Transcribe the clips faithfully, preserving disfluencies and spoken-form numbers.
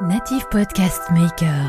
Native Podcast Maker.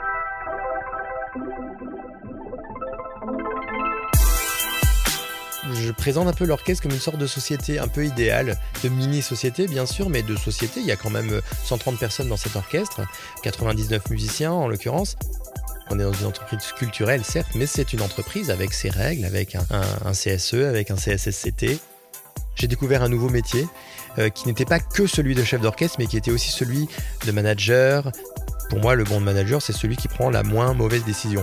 Je présente un peu l'orchestre comme une sorte de société un peu idéale, de mini-société bien sûr, mais de société. Il y a quand même cent trente personnes dans cet orchestre, quatre-vingt-dix-neuf musiciens en l'occurrence. On est dans une entreprise culturelle certes, mais c'est une entreprise avec ses règles, avec un, un, un C S E, avec un C S S C T. J'ai découvert un nouveau métier euh, qui n'était pas que celui de chef d'orchestre, mais qui était aussi celui de manager. Pour moi, le bon manager, c'est celui qui prend la moins mauvaise décision.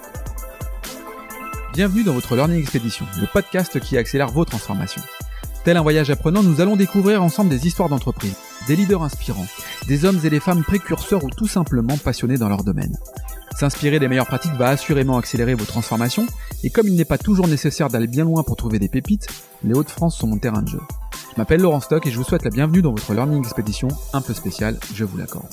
Bienvenue dans votre Learning Expedition, le podcast qui accélère vos transformations. Tel un voyage apprenant, nous allons découvrir ensemble des histoires d'entreprise, des leaders inspirants, des hommes et des femmes précurseurs ou tout simplement passionnés dans leur domaine. S'inspirer des meilleures pratiques va assurément accélérer vos transformations, et comme il n'est pas toujours nécessaire d'aller bien loin pour trouver des pépites, les Hauts-de-France sont mon terrain de jeu. Je m'appelle Laurent Stock et je vous souhaite la bienvenue dans votre Learning Expedition un peu spéciale, je vous l'accorde.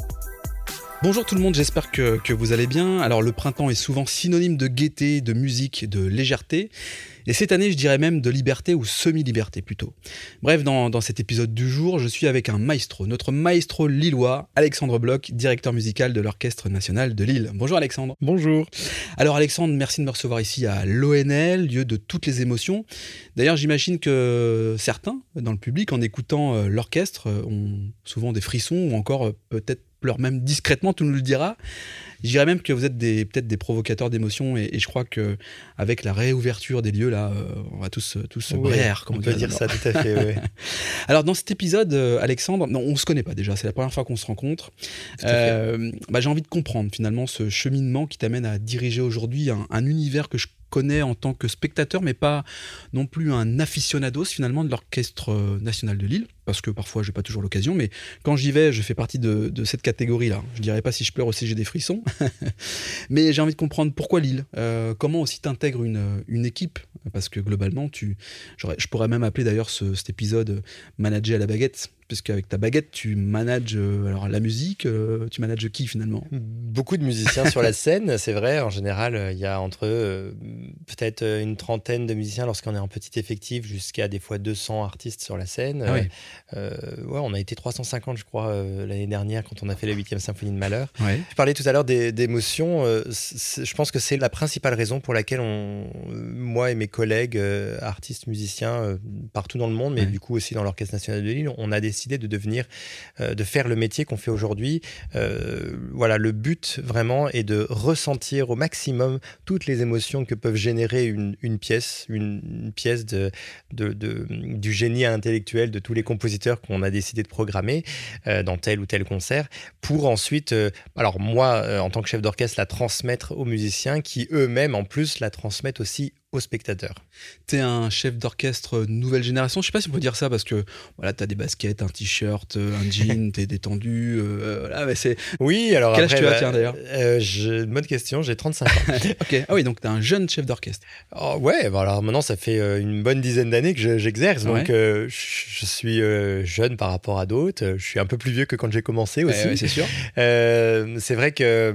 Bonjour tout le monde, j'espère que, que vous allez bien. Alors le printemps est souvent synonyme de gaieté, de musique, de légèreté. Et cette année, je dirais même de liberté ou semi-liberté plutôt. Bref, dans, dans cet épisode du jour, je suis avec un maestro, notre maestro lillois, Alexandre Bloch, directeur musical de l'Orchestre National de Lille. Bonjour Alexandre. Bonjour. Alors Alexandre, merci de me recevoir ici à l'O N L, lieu de toutes les émotions. D'ailleurs, j'imagine que certains, dans le public, en écoutant l'orchestre, ont souvent des frissons ou encore peut-être pleure même discrètement, tu nous le diras. Je dirais même que vous êtes des, peut-être des provocateurs d'émotions et, et je crois qu'avec la réouverture des lieux, là, euh, on va tous, tous oui, briller, comme on, on peut dire ça, tout à fait. Oui. Alors, dans cet épisode, euh, Alexandre, non, on ne se connaît pas déjà, c'est la première fois qu'on se rencontre. Euh, bah, j'ai envie de comprendre finalement ce cheminement qui t'amène à diriger aujourd'hui un, un univers que je connais en tant que spectateur, mais pas non plus un aficionados finalement de l'Orchestre National de Lille, parce que parfois j'ai pas toujours l'occasion, mais quand j'y vais, je fais partie de, de cette catégorie-là. Je dirais pas si je pleure ou si j'ai des frissons, mais j'ai envie de comprendre pourquoi Lille, euh, comment aussi t'intègres une, une équipe, parce que globalement, tu, je pourrais même appeler d'ailleurs ce, cet épisode manager à la baguette, puisqu'avec ta baguette, tu manages euh, alors la musique, euh, tu manages qui finalement ? Beaucoup de musiciens sur la scène, c'est vrai. En général, il y a entre euh, peut-être une trentaine de musiciens lorsqu'on est en petit effectif, jusqu'à des fois deux cents artistes sur la scène. Ah oui. euh, ouais, on a été trois cent cinquante, je crois, euh, l'année dernière quand on a fait la huitième symphonie de Malheur. Ouais. Je parlais tout à l'heure des, d'émotions. Euh, je pense que c'est la principale raison pour laquelle on, moi et mes collègues, euh, artistes, musiciens, euh, partout dans le monde, mais ouais. du coup aussi dans l'Orchestre National de Lille, on a décidé de devenir, euh, de faire le métier qu'on fait aujourd'hui. Euh, voilà, le but vraiment est de ressentir au maximum toutes les émotions que peuvent générer une, une pièce, une, une pièce de, de, de, du génie intellectuel de tous les compositeurs qu'on a décidé de programmer euh, dans tel ou tel concert, pour ensuite, euh, alors moi, euh, en tant que chef d'orchestre, la transmettre aux musiciens qui eux-mêmes, en plus, la transmettent aussi aux spectateurs. T'es un chef d'orchestre nouvelle génération, je sais pas si on peut dire ça parce que voilà, t'as des baskets, un t-shirt, un jean, t'es détendu, euh, voilà, mais c'est. Oui, alors quel après, âge tu as, bah, tiens d'ailleurs euh, je... Bonne question, j'ai trente-cinq ans. Ok, ah oui, donc t'es un jeune chef d'orchestre. Oh, ouais, bah alors maintenant ça fait euh, une bonne dizaine d'années que je, j'exerce, donc ouais. euh, je, je suis euh, jeune par rapport à d'autres. Je suis un peu plus vieux que quand j'ai commencé aussi. Ouais, ouais, c'est sûr. Euh, c'est vrai que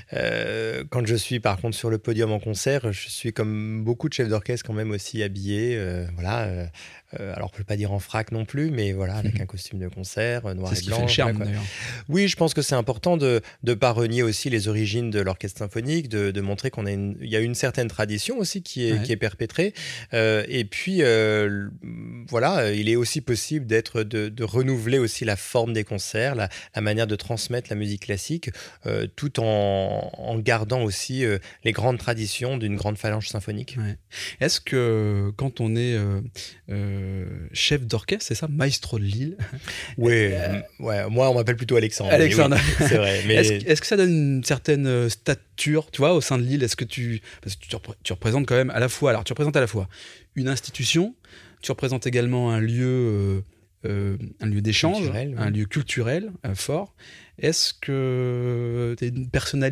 euh, quand je suis par contre sur le podium en concert, je suis comme beaucoup de chefs d'orchestre quand même aussi habillés, euh, voilà. Euh, euh, alors on peut pas dire en frac non plus, mais voilà, avec mmh. un costume de concert euh, noir c'est et ce blanc. Qui fait le charme, voilà, d'ailleurs. Oui, je pense que c'est important de ne pas renier aussi les origines de l'orchestre symphonique, de, de montrer qu'on a une, il y a une certaine tradition aussi qui est, ouais. qui est perpétrée. Euh, et puis euh, voilà, il est aussi possible d'être de, de renouveler aussi la forme des concerts, la, la manière de transmettre la musique classique, euh, tout en, en gardant aussi euh, les grandes traditions d'une grande phalange symphonique. Ouais. Est-ce que quand on est euh, euh, chef d'orchestre, c'est ça, maestro de Lille? Oui, euh, ouais, moi on m'appelle plutôt Alexandre. Alexandre, oui, c'est vrai. Mais... Est-ce, est-ce que ça donne une certaine stature, tu vois, au sein de Lille? Est-ce que tu, parce que tu, repré- tu représentes quand même à la fois, alors tu représentes à la fois une institution, tu représentes également un lieu, euh, euh, un lieu d'échange, culturel, un oui. lieu culturel euh, fort. Est-ce que tu es une personnalité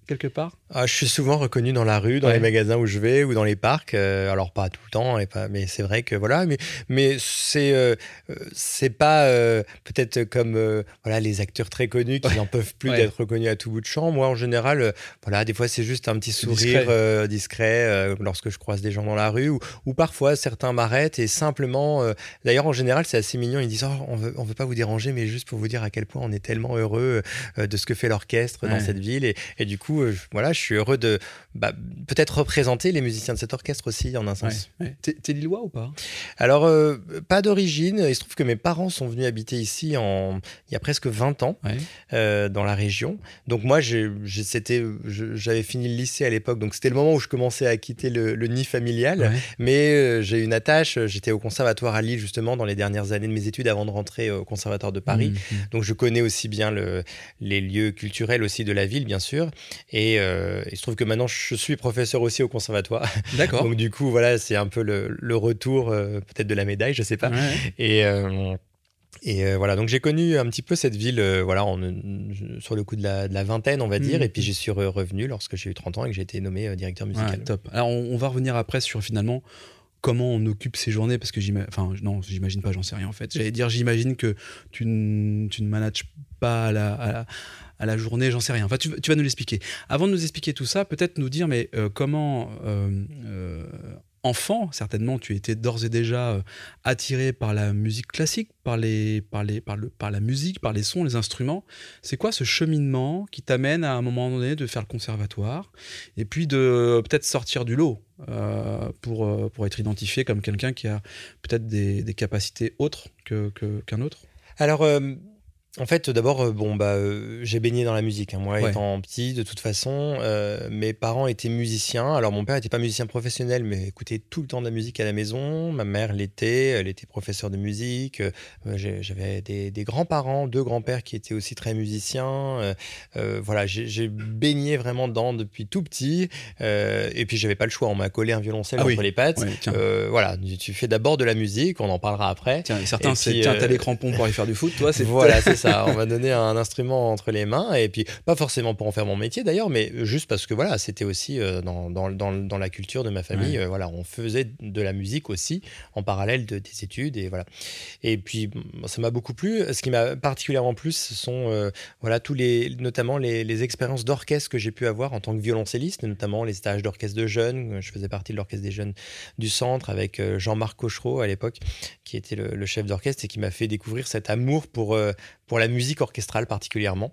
quelque part? Ah, je suis souvent reconnu dans la rue, dans Ouais. les magasins où je vais ou dans les parcs. Euh, alors pas tout le temps, et pas, mais c'est vrai que voilà. Mais, mais c'est euh, euh, c'est pas euh, peut-être comme euh, voilà les acteurs très connus qui Ouais. n'en peuvent plus Ouais. d'être reconnus à tout bout de champ. Moi, en général, euh, voilà, des fois c'est juste un petit C'est sourire discret. euh, discret euh, lorsque je croise des gens dans la rue, ou, ou parfois certains m'arrêtent et simplement. euh, D'ailleurs, en général, c'est assez mignon. Ils disent oh, on veut, on veut pas vous déranger, mais juste pour vous dire à quel point on est tellement heureux euh, de ce que fait l'orchestre dans Ouais. cette ville. Et, et du coup, euh, je- voilà, je suis heureux de bah, peut-être représenter les musiciens de cet orchestre aussi, en un Ouais. sens. Ouais. T'es, t'es lillois ou pas? Alors, euh, pas d'origine. Il se trouve que mes parents sont venus habiter ici en... il y a presque vingt ans, Ouais. euh, dans la région. Donc moi, j'ai, j'ai- c'était, je- j'avais fini le lycée à l'époque, donc c'était le moment où je commençais à quitter le, le nid familial. Ouais. Mais euh, j'ai une attache. J'étais au conservatoire à Lille, justement, dans les dernières années de mes études, avant de rentrer au conservatoire de Paris. Mmh. Donc je connais aussi bien le, les lieux culturels aussi de la ville, bien sûr. Et euh, il se trouve que maintenant je suis professeur aussi au conservatoire. D'accord. Donc du coup, voilà, c'est un peu le, le retour euh, peut-être de la médaille, je sais pas. Ouais. Et, euh, et euh, voilà, donc j'ai connu un petit peu cette ville euh, voilà, en, sur le coup de la, de la vingtaine, on va dire. Mhm. Et puis j'y suis re- revenu lorsque j'ai eu trente ans et que j'ai été nommé euh, directeur musical. Ouais, top. Alors, on, on va revenir après sur finalement comment on occupe ses journées, parce que j'imagine, enfin, non, j'imagine pas, j'en sais rien en fait. J'allais dire, j'imagine que tu, n- tu ne manages pas à la, à la, à la journée, j'en sais rien. Enfin, tu, tu vas nous l'expliquer. Avant de nous expliquer tout ça, peut-être nous dire, mais euh, comment, euh, euh, enfant, certainement, tu étais d'ores et déjà euh, attiré par la musique classique, par, les, par, les, par, le, par la musique, par les sons, les instruments. C'est quoi ce cheminement qui t'amène à un moment donné de faire le conservatoire et puis de euh, peut-être sortir du lot euh, pour, euh, pour être identifié comme quelqu'un qui a peut-être des, des capacités autres que, que, qu'un autre? Alors, euh, en fait, d'abord, euh, bon, bah, euh, j'ai baigné dans la musique. Hein. Moi, Ouais. étant petit, de toute façon, euh, mes parents étaient musiciens. Alors, mon père n'était pas musicien professionnel, mais écoutait tout le temps de la musique à la maison. Ma mère l'était. Elle était professeure de musique. Euh, j'ai- j'avais des, des grands-parents, deux grands-pères qui étaient aussi très musiciens. Euh, euh, voilà, j'ai j'ai baigné vraiment dedans depuis tout petit. Euh, et puis, j'avais pas le choix. On m'a collé un violoncelle Ah entre oui. les pattes. Ouais, tiens. Euh, voilà, tu fais d'abord de la musique. On en parlera après. Tiens, et certains, et c'est puis, tiens, euh, t'as les crampons pour aller faire du foot. Toi, c'est Voilà, c'est ça. On m'a donné un instrument entre les mains, et puis pas forcément pour en faire mon métier d'ailleurs, mais juste parce que voilà, c'était aussi euh, dans, dans, dans, dans la culture de ma famille. Ouais. Euh, voilà, on faisait de la musique aussi en parallèle de, des études, et voilà. Et puis bon, ça m'a beaucoup plu. Ce qui m'a particulièrement plu, ce sont euh, voilà tous les, notamment les, les expériences d'orchestre que j'ai pu avoir en tant que violoncelliste, notamment les stages d'orchestre de jeunes. Je faisais partie de l'orchestre des jeunes du centre avec euh, Jean-Marc Cochereau à l'époque, qui était le, le chef d'orchestre et qui m'a fait découvrir cet amour pour euh, pour la musique orchestrale particulièrement,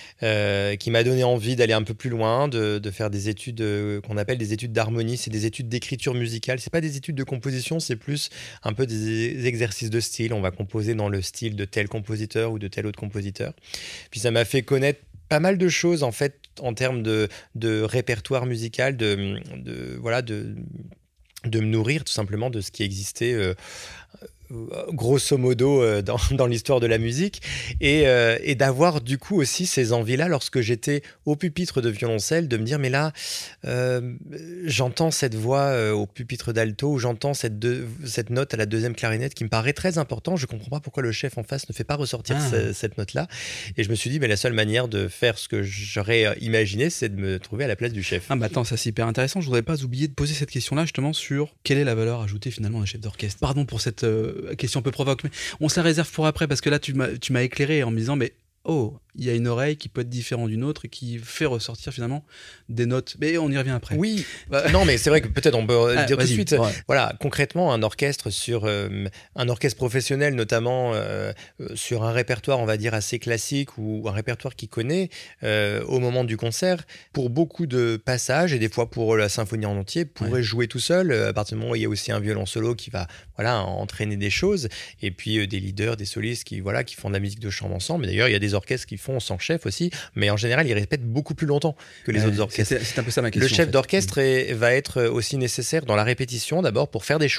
euh, qui m'a donné envie d'aller un peu plus loin, de, de faire des études euh, qu'on appelle des études d'harmonie. C'est des études d'écriture musicale. C'est pas des études de composition, c'est plus un peu des exercices de style. On va composer dans le style de tel compositeur ou de tel autre compositeur. Puis ça m'a fait connaître pas mal de choses en fait en termes de, de répertoire musical, de, de voilà de de me nourrir tout simplement de ce qui existait euh, grosso modo euh, dans, dans l'histoire de la musique, et, euh, et d'avoir du coup aussi ces envies-là lorsque j'étais au pupitre de violoncelle, de me dire mais là euh, j'entends cette voix euh, au pupitre d'alto, ou j'entends cette, deux, cette note à la deuxième clarinette qui me paraît très important, je comprends pas pourquoi le chef en face ne fait pas ressortir Ah. ce, cette note-là, et je me suis dit mais la seule manière de faire ce que j'aurais imaginé, c'est de me trouver à la place du chef. Ah, mais attends, ça c'est hyper intéressant. Je voudrais pas oublier de poser cette question-là justement sur quelle est la valeur ajoutée finalement d'un chef d'orchestre. Pardon pour cette euh, question un peu provoque, mais on se la réserve pour après parce que là tu m'as, tu m'as éclairé en me disant mais oh, il y a une oreille qui peut être différente d'une autre et qui fait ressortir finalement des notes. Mais on y revient après. Oui, non mais c'est vrai que peut-être on peut Ah, dire tout de vas-y. suite. Ouais. Voilà, concrètement, un orchestre sur euh, un orchestre professionnel, notamment euh, euh, sur un répertoire, on va dire assez classique, ou un répertoire qu'il connaît euh, au moment du concert, pour beaucoup de passages et des fois pour la symphonie en entier, pourrait Ouais. jouer tout seul. euh, À partir du moment où il y a aussi un violon solo qui va, voilà, entraîner des choses, et puis euh, des leaders, des solistes qui, voilà, qui font de la musique de chambre ensemble. Mais d'ailleurs, il y a des orchestres qui font sans chef aussi, mais en général, ils répètent beaucoup plus longtemps que les Ouais, autres orchestres. C'est, c'est un peu ça ma question. Le chef en fait. d'orchestre est- va être aussi nécessaire dans la répétition, d'abord pour faire des choix.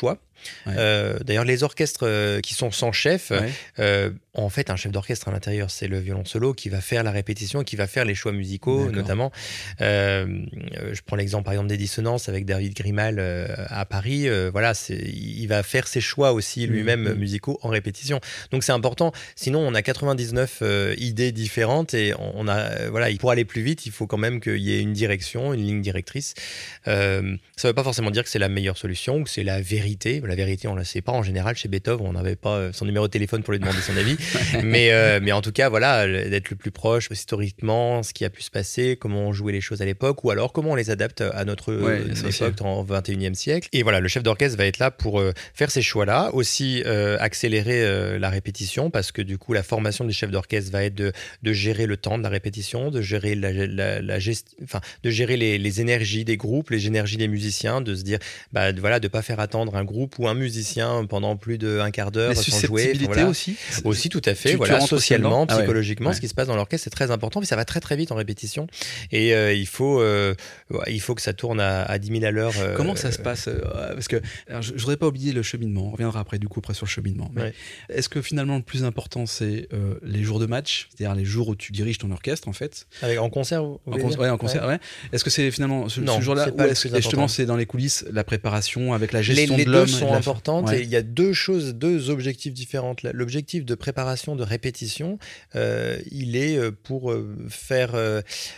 Ouais. Euh, d'ailleurs, les orchestres euh, qui sont sans chef, ouais. euh, en fait, un chef d'orchestre à l'intérieur, c'est le violon solo qui va faire la répétition, qui va faire les choix musicaux, D'accord. notamment. Euh, je prends l'exemple, par exemple, des dissonances avec David Grimal euh, à Paris. Euh, voilà, c'est, il va faire ses choix aussi lui-même mmh. musicaux en répétition. Donc, c'est important. Sinon, on a quatre-vingt-dix-neuf euh, idées différentes et on a, euh, voilà, pour aller plus vite, il faut quand même qu'il y ait une direction, une ligne directrice. Euh, ça ne veut pas forcément dire que c'est la meilleure solution ou que c'est la vérité. La vérité, on ne la sait pas. En général, chez Beethoven, on n'avait pas son numéro de téléphone pour lui demander son avis. mais, euh, mais en tout cas, voilà, d'être le plus proche historiquement, ce qui a pu se passer, comment on jouait les choses à l'époque, ou alors comment on les adapte à notre ouais, euh, époque en vingt et unième siècle. Et voilà, le chef d'orchestre va être là pour euh, faire ces choix-là, aussi euh, accélérer euh, la répétition, parce que du coup, la formation du chef d'orchestre va être de, de gérer le temps de la répétition, de gérer, la, la, la gest... enfin, de gérer les, les énergies des groupes, les énergies des musiciens, de se dire, bah, voilà, de ne pas faire attendre un groupe ou un musicien pendant plus d'un quart d'heure sans jouer. Enfin, voilà. aussi Aussi, tout à fait. Tu, voilà, tu socialement, ah ouais. psychologiquement, ouais. ce qui se passe dans l'orchestre, c'est très important, mais ça va très très vite en répétition. Et euh, il, faut, euh, il faut que ça tourne à, à dix mille à l'heure. Euh, Comment ça se passe euh, Parce que alors, je ne voudrais pas oublier le cheminement. On reviendra après, du coup, après sur le cheminement. Mais ouais. Est-ce que finalement, le plus important, c'est euh, les jours de match, c'est-à-dire les jours où tu diriges ton orchestre, en fait Avec, En concert vous en, con- ouais, en concert, ouais. ouais. Est-ce que c'est finalement ce, non, ce jour-là c'est ou est-ce que justement c'est dans les coulisses, la préparation avec la gestion les, de l'homme Les deux sont la... importantes ouais. et il y a deux choses, deux objectifs différents. L'objectif de préparation, de répétition, euh, il est pour euh, faire euh,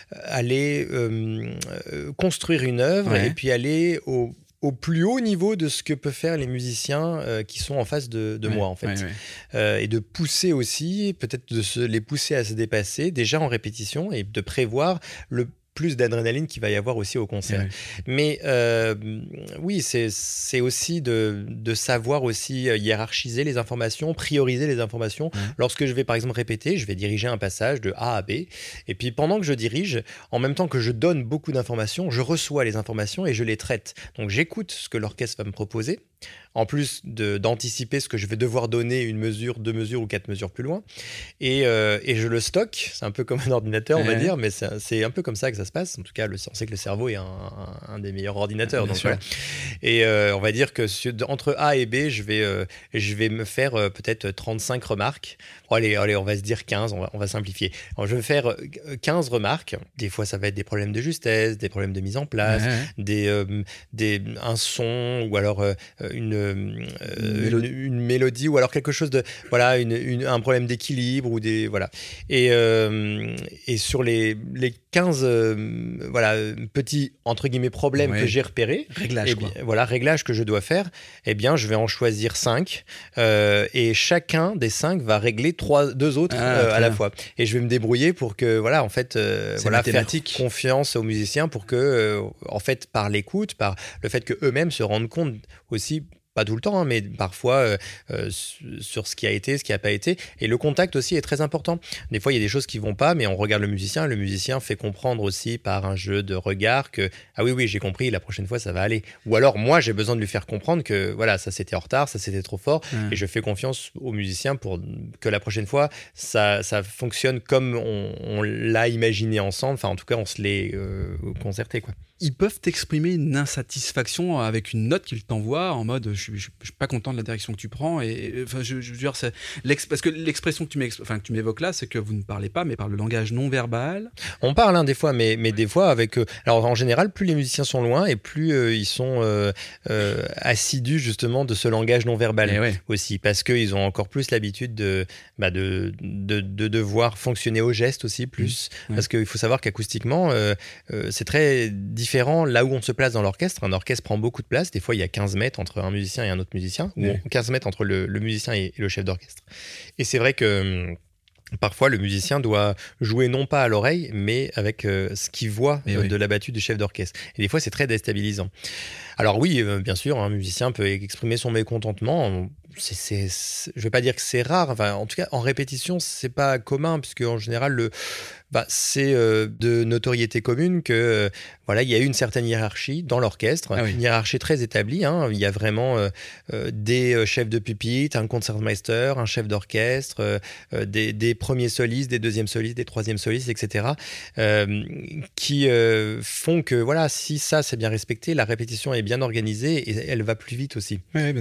aller euh, euh, construire une œuvre ouais. et puis aller au au plus haut niveau de ce que peuvent faire les musiciens euh, qui sont en face de, de ouais, moi en fait ouais, ouais. Euh, et de pousser aussi, peut-être de se, les pousser à se dépasser déjà en répétition et de prévoir le plus d'adrénaline qu'il va y avoir aussi au concert. Ouais. Mais euh, oui, c'est, c'est aussi de, de savoir aussi hiérarchiser les informations, prioriser les informations. Ouais. Lorsque je vais par exemple répéter, je vais diriger un passage de A à B. Et puis pendant que je dirige, en même temps que je donne beaucoup d'informations, je reçois les informations et je les traite. Donc j'écoute ce que l'orchestre va me proposer. En plus de, d'anticiper ce que je vais devoir donner une mesure, deux mesures ou quatre mesures plus loin. Et, euh, et je le stocke. C'est un peu comme un ordinateur, on ouais. va dire, mais c'est, c'est un peu comme ça que ça se passe. En tout cas, le, on sait que le cerveau est un, un, un des meilleurs ordinateurs. Donc voilà. Et euh, on va dire que sur, entre A et B, je vais, euh, je vais me faire euh, peut-être trente-cinq remarques. Bon, allez, allez, on va se dire quinze, on va, on va simplifier. Alors, je vais faire quinze remarques. Des fois, ça va être des problèmes de justesse, des problèmes de mise en place, ouais. des, euh, des, un son ou alors euh, une... Euh, une, une mélodie ou alors quelque chose de voilà une, une, un problème d'équilibre ou des voilà et, euh, et sur les, les quinze euh, voilà petits entre guillemets problèmes ouais. que j'ai repérés réglage et bien, voilà réglage que je dois faire et eh bien je vais en choisir cinq euh, et chacun des cinq va régler trois deux autres ah, euh, à la fois et je vais me débrouiller pour que voilà en fait euh, voilà faire confiance aux musiciens pour que euh, en fait par l'écoute par le fait que eux-mêmes se rendent compte aussi. Pas tout le temps, hein, mais parfois euh, euh, sur ce qui a été, ce qui n'a pas été. Et le contact aussi est très important. Des fois, il y a des choses qui ne vont pas, mais on regarde le musicien. Le musicien fait comprendre aussi par un jeu de regard que « Ah oui, oui, j'ai compris, la prochaine fois, ça va aller. » Ou alors, moi, j'ai besoin de lui faire comprendre que voilà, ça c'était en retard, ça c'était trop fort. Mmh. Et je fais confiance au musicien pour que la prochaine fois, ça, ça fonctionne comme on, on l'a imaginé ensemble. Enfin, en tout cas, on se l'est euh, concerté, quoi. Ils peuvent t'exprimer une insatisfaction avec une note qu'ils t'envoient en mode je, je, je suis pas content de la direction que tu prends et enfin je, je veux dire c'est parce que l'expression que tu m'ex, enfin que tu m'évoques là c'est que vous ne parlez pas mais par le langage non verbal. On parle hein, des fois mais mais des fois avec euh, alors en général plus les musiciens sont loin et plus euh, ils sont euh, euh, assidus justement de ce langage non verbal ouais. aussi parce que ils ont encore plus l'habitude de bah de, de de devoir fonctionner au geste aussi plus mmh. ouais. parce qu'il faut savoir qu'acoustiquement euh, euh, c'est très différent là où on se place dans l'orchestre. Un orchestre prend beaucoup de place. Des fois, il y a quinze mètres entre un musicien et un autre musicien, ou oui. quinze mètres entre le, le musicien et, et le chef d'orchestre. Et c'est vrai que hum, parfois, le musicien doit jouer non pas à l'oreille, mais avec euh, ce qu'il voit euh, oui. de la battue du chef d'orchestre. Et des fois, c'est très déstabilisant. Alors oui, euh, bien sûr, un musicien peut exprimer son mécontentement. C'est, c'est, c'est, je ne vais pas dire que c'est rare. Enfin, en tout cas, en répétition, c'est pas commun, puisque en général, le, bah, c'est euh, de notoriété commune que euh, voilà, il y a une certaine hiérarchie dans l'orchestre, ah oui. une hiérarchie très établie. Hein. Il y a vraiment euh, euh, des chefs de pupitre, un concertmeister, un chef d'orchestre, euh, des, des premiers solistes, des deuxièmes solistes, des troisièmes solistes, et cetera. Euh, qui euh, font que voilà, si ça c'est bien respecté, la répétition est bien organisée et elle va plus vite aussi. Oui, bien sûr.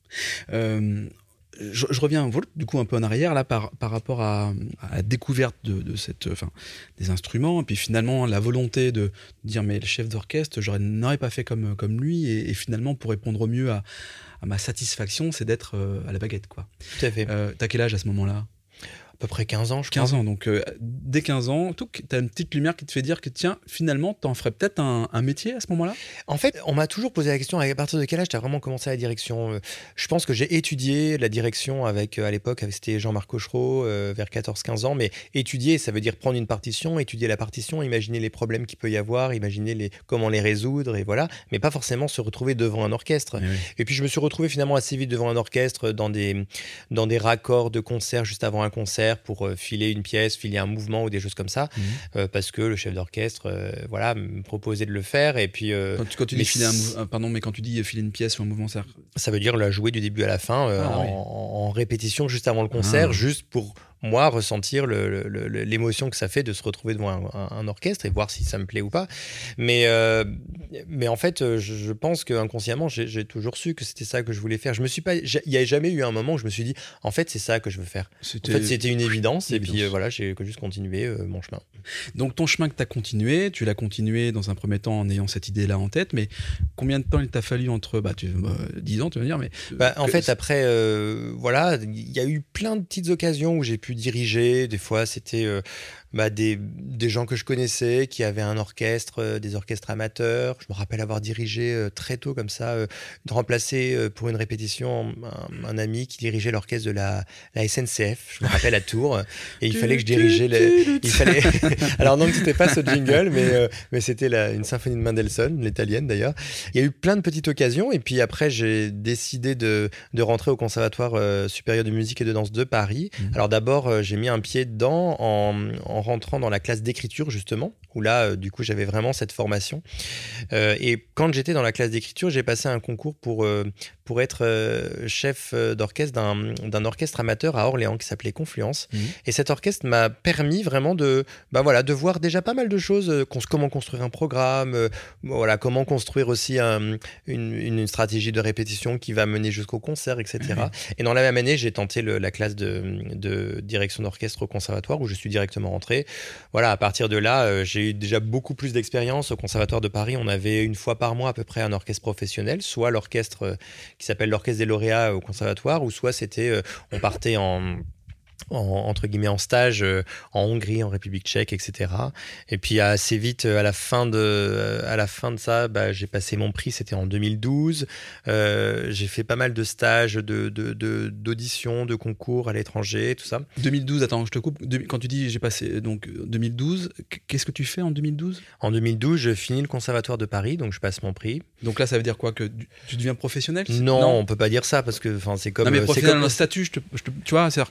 Euh, je, je reviens du coup un peu en arrière là par, par rapport à, à la découverte de, de cette, enfin, des instruments, et puis finalement la volonté de dire mais le chef d'orchestre, je n'aurais pas fait comme, comme lui, et, et finalement pour répondre au mieux à, à ma satisfaction, c'est d'être euh, à la baguette, quoi. Tout à fait. Euh, t'as quel âge à ce moment-là ? À peu près quinze ans, je quinze crois. ans, donc euh, dès quinze ans, tu as une petite lumière qui te fait dire que tiens, finalement, tu en ferais peut-être un, un métier à ce moment-là ? En fait, on m'a toujours posé la question, à partir de quel âge tu as vraiment commencé la direction ? Je pense que j'ai étudié la direction avec, à l'époque, c'était Jean-Marc Cochereau, euh, vers quatorze quinze ans, mais étudier, ça veut dire prendre une partition, étudier la partition, imaginer les problèmes qu'il peut y avoir, imaginer les, comment les résoudre, et voilà, mais pas forcément se retrouver devant un orchestre. Et, oui. et puis je me suis retrouvé finalement assez vite devant un orchestre, dans des, dans des raccords de concert juste avant un concert, pour euh, filer une pièce, filer un mouvement ou des choses comme ça, mmh. euh, parce que le chef d'orchestre euh, voilà, me proposait de le faire. Et puis, euh, quand tu, quand tu dis filer un mouvement, pardon, mais quand tu dis filer une pièce ou un mouvement, ça... ça veut dire la jouer du début à la fin, euh, ah, en, oui. en répétition juste avant le concert, ah. juste pour moi ressentir le, le, le, l'émotion que ça fait de se retrouver devant un, un, un orchestre et voir si ça me plaît ou pas. Mais, euh, mais en fait, je, je pense qu'inconsciemment, j'ai, j'ai toujours su que c'était ça que je voulais faire. Je me suis pas, il n'y a jamais eu un moment où je me suis dit, en fait, c'est ça que je veux faire. C'était, en fait, c'était une évidence. Une et évidence. Puis euh, voilà, j'ai juste continué euh, mon chemin. Donc ton chemin que tu as continué, tu l'as continué dans un premier temps en ayant cette idée-là en tête, mais combien de temps il t'a fallu entre bah, tu, bah, dix ans, tu veux dire, mais bah, en que... fait, après, euh, voilà, il y a eu plein de petites occasions où j'ai pu diriger. Des fois, c'était euh, bah, des, des gens que je connaissais qui avaient un orchestre, euh, des orchestres amateurs. Je me rappelle avoir dirigé euh, très tôt comme ça, euh, de remplacer euh, pour une répétition un, un ami qui dirigeait l'orchestre de la, la S N C F. Je me rappelle à Tours, et il fallait que je dirigeais. Les, il fallait. Alors non, c'était pas ce jingle, mais euh, mais c'était la, une symphonie de Mendelssohn, l'italienne d'ailleurs. Il y a eu plein de petites occasions, et puis après j'ai décidé de de rentrer au Conservatoire euh, supérieur de musique et de danse de Paris. Mmh. Alors d'abord euh, j'ai mis un pied dedans en, en rentrant dans la classe d'écriture justement, où là euh, du coup j'avais vraiment cette formation. Euh, et quand j'étais dans la classe d'écriture, j'ai passé un concours pour euh, pour être euh, chef d'orchestre d'un d'un orchestre amateur à Orléans qui s'appelait Confluence. Mmh. Et cet orchestre m'a permis vraiment de bah voilà de voir déjà pas mal de choses, euh, comment construire un programme, euh, voilà comment construire aussi un, une, une stratégie de répétition qui va mener jusqu'au concert, et cetera. Mmh. Et dans la même année, j'ai tenté le, la classe de, de direction d'orchestre au conservatoire où je suis directement rentré. Voilà, à partir de là, euh, j'ai eu déjà beaucoup plus d'expérience. Au Conservatoire de Paris, on avait une fois par mois à peu près un orchestre professionnel, soit l'orchestre euh, qui s'appelle l'Orchestre des lauréats au conservatoire, ou soit c'était, euh, on partait en... En, entre guillemets en stage euh, en Hongrie, en République tchèque, et cetera. Et puis assez vite, à la fin de, euh, à la fin de ça, bah, j'ai passé mon prix, c'était en deux mille douze. Euh, j'ai fait pas mal de stages, de, de, de, d'auditions, de concours à l'étranger, tout ça. deux mille douze, attends, je te coupe. Quand tu dis j'ai passé donc deux mille douze, qu'est-ce que tu fais en deux mille douze ? En deux mille douze, je finis le Conservatoire de Paris, donc je passe mon prix. Donc là, ça veut dire quoi ? Que tu deviens professionnel ? Non, non, on peut pas dire ça parce que c'est comme. Non, mais professionnel dans le statut, je te, je te, tu vois, c'est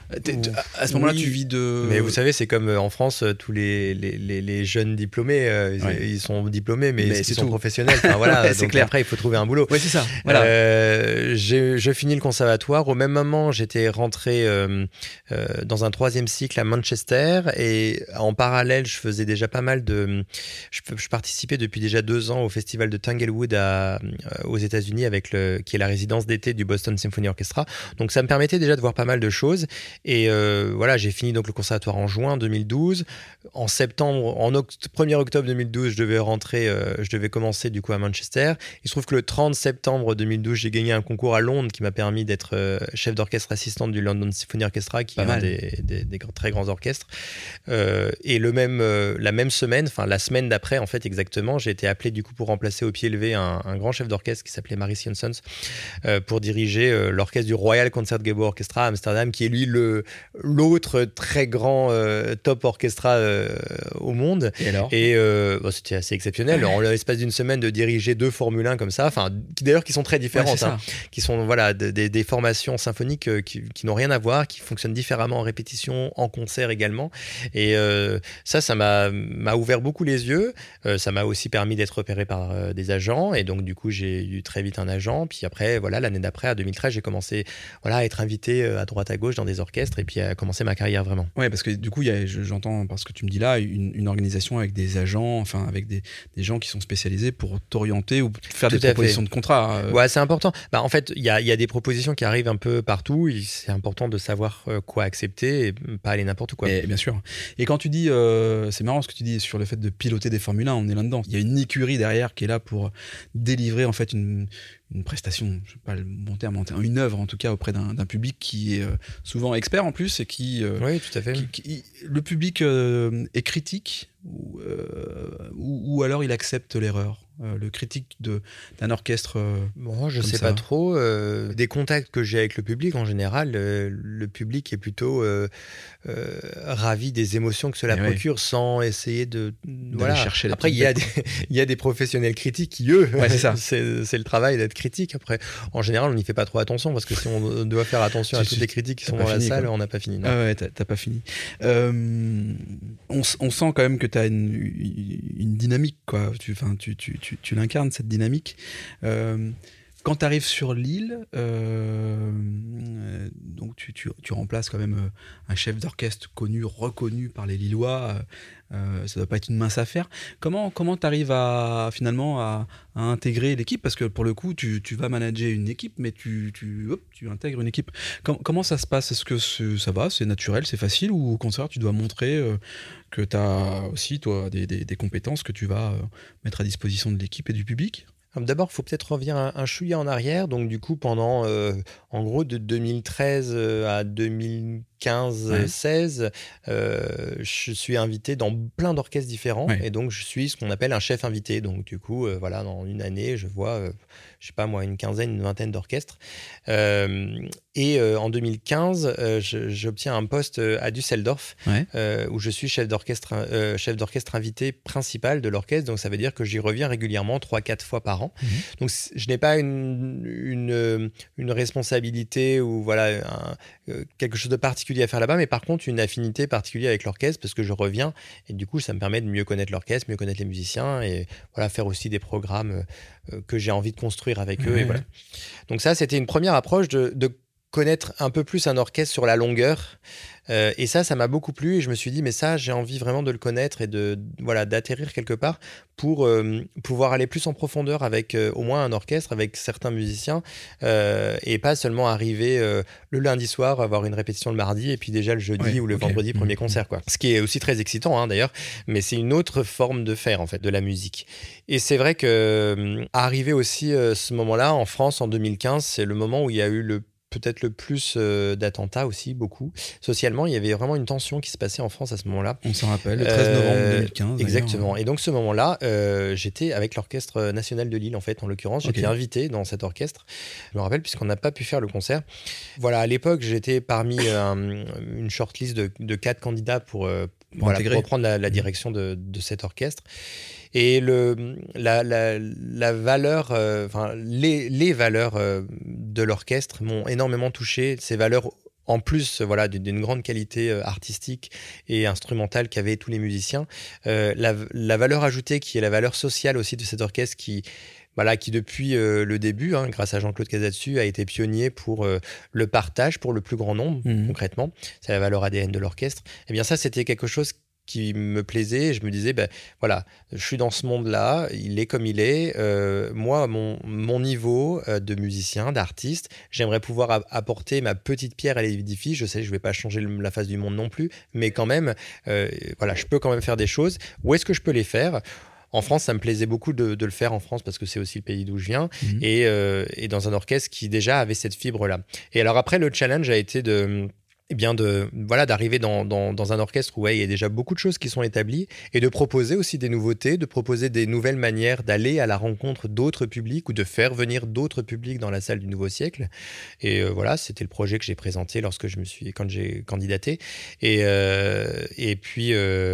à ce moment-là, oui, tu vis de. Mais vous savez, c'est comme en France, tous les, les, les, les jeunes diplômés, euh, ouais. ils sont diplômés, mais, mais ils sont tout. professionnels. Enfin, voilà, ouais, c'est donc clair. Après, il faut trouver un boulot. Oui, c'est ça. Voilà. Euh, j'ai, je finis le conservatoire. Au même moment, j'étais rentré euh, euh, dans un troisième cycle à Manchester, et en parallèle, je faisais déjà pas mal de. Je, je participais depuis déjà deux ans au festival de Tanglewood à, euh, aux États-Unis, avec le, qui est la résidence d'été du Boston Symphony Orchestra. Donc, ça me permettait déjà de voir pas mal de choses. Et euh, voilà, j'ai fini donc le conservatoire en juin deux mille douze. En septembre, en oct- premier octobre deux mille douze, je devais rentrer, euh, je devais commencer du coup à Manchester. Il se trouve que le trente septembre deux mille douze, j'ai gagné un concours à Londres qui m'a permis d'être euh, chef d'orchestre assistante du London Symphony Orchestra, qui Pas est mal. un des, des, des très grands orchestres. Euh, et le même, euh, la même semaine, enfin la semaine d'après en fait exactement, j'ai été appelé du coup pour remplacer au pied levé un, un grand chef d'orchestre qui s'appelait Maurice Janssens, euh, pour diriger euh, l'orchestre du Royal Concertgebouw Orchestra à Amsterdam, qui est lui le l'autre très grand euh, top orchestra euh, au monde. Et alors ? Et euh, bon, c'était assez exceptionnel. En l'espace d'une semaine, de diriger deux Formule un comme ça, enfin, qui, d'ailleurs qui sont très différentes, ouais, hein, qui sont voilà, de, de, des formations symphoniques euh, qui, qui n'ont rien à voir, qui fonctionnent différemment en répétition, en concert également. Et euh, ça, ça m'a, m'a ouvert beaucoup les yeux. Euh, ça m'a aussi permis d'être repéré par euh, des agents. Et donc, du coup, j'ai eu très vite un agent. Puis après, voilà, l'année d'après, à deux mille treize, j'ai commencé voilà, à être invité euh, à droite à gauche dans des orchestres. orchestre et puis à commencer ma carrière vraiment. Ouais, parce que du coup, il y a, j'entends par ce que tu me dis là, une, une organisation avec des agents, enfin avec des, des gens qui sont spécialisés pour t'orienter ou faire Tout des à propositions fait. de contrat. Euh... Ouais, c'est important. Bah, en fait, il y a, y a des propositions qui arrivent un peu partout. Et c'est important de savoir quoi accepter et pas aller n'importe où, quoi. Et, bien sûr. Et quand tu dis, euh, c'est marrant ce que tu dis sur le fait de piloter des Formule un, on est là-dedans. Il y a une écurie derrière qui est là pour délivrer en fait une, une prestation, je sais pas le bon terme, une œuvre en tout cas auprès d'un, d'un public qui est euh, souvent expert en plus et qui. Euh, oui, tout à fait. Qui, qui, le public euh, est critique ou, euh, ou, ou alors il accepte l'erreur. Euh, le critique de, d'un orchestre euh, bon, je sais ça. pas trop. Euh, des contacts que j'ai avec le public, en général, euh, le public est plutôt euh, euh, ravi des émotions que cela et procure ouais. sans essayer de... Voilà. Chercher Après, il y, a des, il y a des professionnels critiques qui, eux, ouais, c'est, ça. c'est, c'est le travail d'être critique. Après, en général, on n'y fait pas trop attention parce que si on doit faire attention à toutes les critiques qui sont dans fini, la salle, quoi. On n'a pas fini. Non. Ah ouais, t'as, t'as pas fini. Euh, on, on sent quand même que tu as une, une dynamique, quoi. Tu, tu, tu, tu, tu l'incarnes, cette dynamique. Euh, quand tu arrives sur l'île, euh, donc tu, tu, tu remplaces quand même un chef d'orchestre connu, reconnu par les Lillois. Euh, ça doit pas être une mince affaire. Comment comment tu arrives à finalement à, à intégrer l'équipe, parce que pour le coup tu, tu vas manager une équipe, mais tu tu hop, tu intègres une équipe. Com- comment ça se passe? Est-ce que c'est, ça va, c'est naturel, c'est facile, ou au contraire tu dois montrer euh, que tu as aussi toi des, des, des compétences que tu vas euh, mettre à disposition de l'équipe et du public? D'abord, il faut peut-être revenir un, un chouïa en arrière. Donc, du coup, pendant, euh, en gros, de deux mille treize à deux mille quinze seize, ouais. euh, je suis invité dans plein d'orchestres différents. Ouais. Et donc, je suis ce qu'on appelle un chef invité. Donc, du coup, euh, voilà, dans une année, je vois, euh, je sais pas moi, une quinzaine, une vingtaine d'orchestres. Euh, et euh, en deux mille quinze, euh, je, j'obtiens un poste à Düsseldorf, ouais. euh, où je suis chef d'orchestre, euh, chef d'orchestre invité principal de l'orchestre. Donc, ça veut dire que j'y reviens régulièrement, trois quatre fois par an. Mmh. Donc, je n'ai pas une, une, une responsabilité ou voilà, un, quelque chose de particulier à faire là-bas, mais par contre une affinité particulière avec l'orchestre parce que je reviens et du coup ça me permet de mieux connaître l'orchestre, mieux connaître les musiciens et voilà, faire aussi des programmes euh, que j'ai envie de construire avec eux. Ouais. Et voilà. Donc ça, c'était une première approche de, de connaître un peu plus un orchestre sur la longueur. Euh, et ça, ça m'a beaucoup plu et je me suis dit, mais ça, j'ai envie vraiment de le connaître et de, voilà, d'atterrir quelque part pour euh, pouvoir aller plus en profondeur avec euh, au moins un orchestre, avec certains musiciens euh, et pas seulement arriver euh, le lundi soir, avoir une répétition le mardi et puis déjà le jeudi ouais, ou le okay. vendredi, premier mmh. concert, quoi. Ce qui est aussi très excitant, hein, d'ailleurs, mais c'est une autre forme de faire, en fait, de la musique. Et c'est vrai que euh, arrivé aussi euh, ce moment-là, en France, en deux mille quinze, c'est le moment où il y a eu le peut-être le plus euh, d'attentats aussi, beaucoup. Socialement, il y avait vraiment une tension qui se passait en France à ce moment-là. On s'en rappelle, le treize novembre deux mille quinze. Exactement. Et donc, ce moment-là, euh, j'étais avec l'Orchestre National de Lille, en fait, en l'occurrence. J'étais okay. invité dans cet orchestre. Je me rappelle, puisqu'on n'a pas pu faire le concert. Voilà, à l'époque, j'étais parmi euh, une shortlist de, de quatre candidats pour, euh, pour, voilà, pour reprendre la, la direction de, de cet orchestre. Et le, la, la, la valeur, euh, enfin, les, les valeurs euh, de l'orchestre m'ont énormément touché. Ces valeurs, en plus, voilà, d'une grande qualité euh, artistique et instrumentale qu'avaient tous les musiciens. Euh, la, la valeur ajoutée, qui est la valeur sociale aussi de cet orchestre, qui Voilà, qui depuis euh, le début, hein, grâce à Jean-Claude Casatsu, a été pionnier pour euh, le partage pour le plus grand nombre, mmh. concrètement. C'est la valeur A D N de l'orchestre. Eh bien ça, c'était quelque chose qui me plaisait. Je me disais, ben voilà, je suis dans ce monde-là, il est comme il est. Euh, moi, mon, mon niveau euh, de musicien, d'artiste, j'aimerais pouvoir a- apporter ma petite pierre à l'édifice. Je sais, je ne vais pas changer le, la face du monde non plus, mais quand même, euh, voilà, je peux quand même faire des choses. Où est-ce que je peux les faire ? En France, ça me plaisait beaucoup de, de le faire en France parce que c'est aussi le pays d'où je viens mmh. et, euh, et dans un orchestre qui déjà avait cette fibre-là. Et alors après, le challenge a été de... Eh bien de, voilà, d'arriver dans, dans, dans un orchestre où ouais, il y a déjà beaucoup de choses qui sont établies et de proposer aussi des nouveautés, de proposer des nouvelles manières d'aller à la rencontre d'autres publics ou de faire venir d'autres publics dans la salle du Nouveau Siècle. Et euh, voilà, c'était le projet que j'ai présenté lorsque je me suis, quand j'ai candidaté. Et, euh, et puis, euh,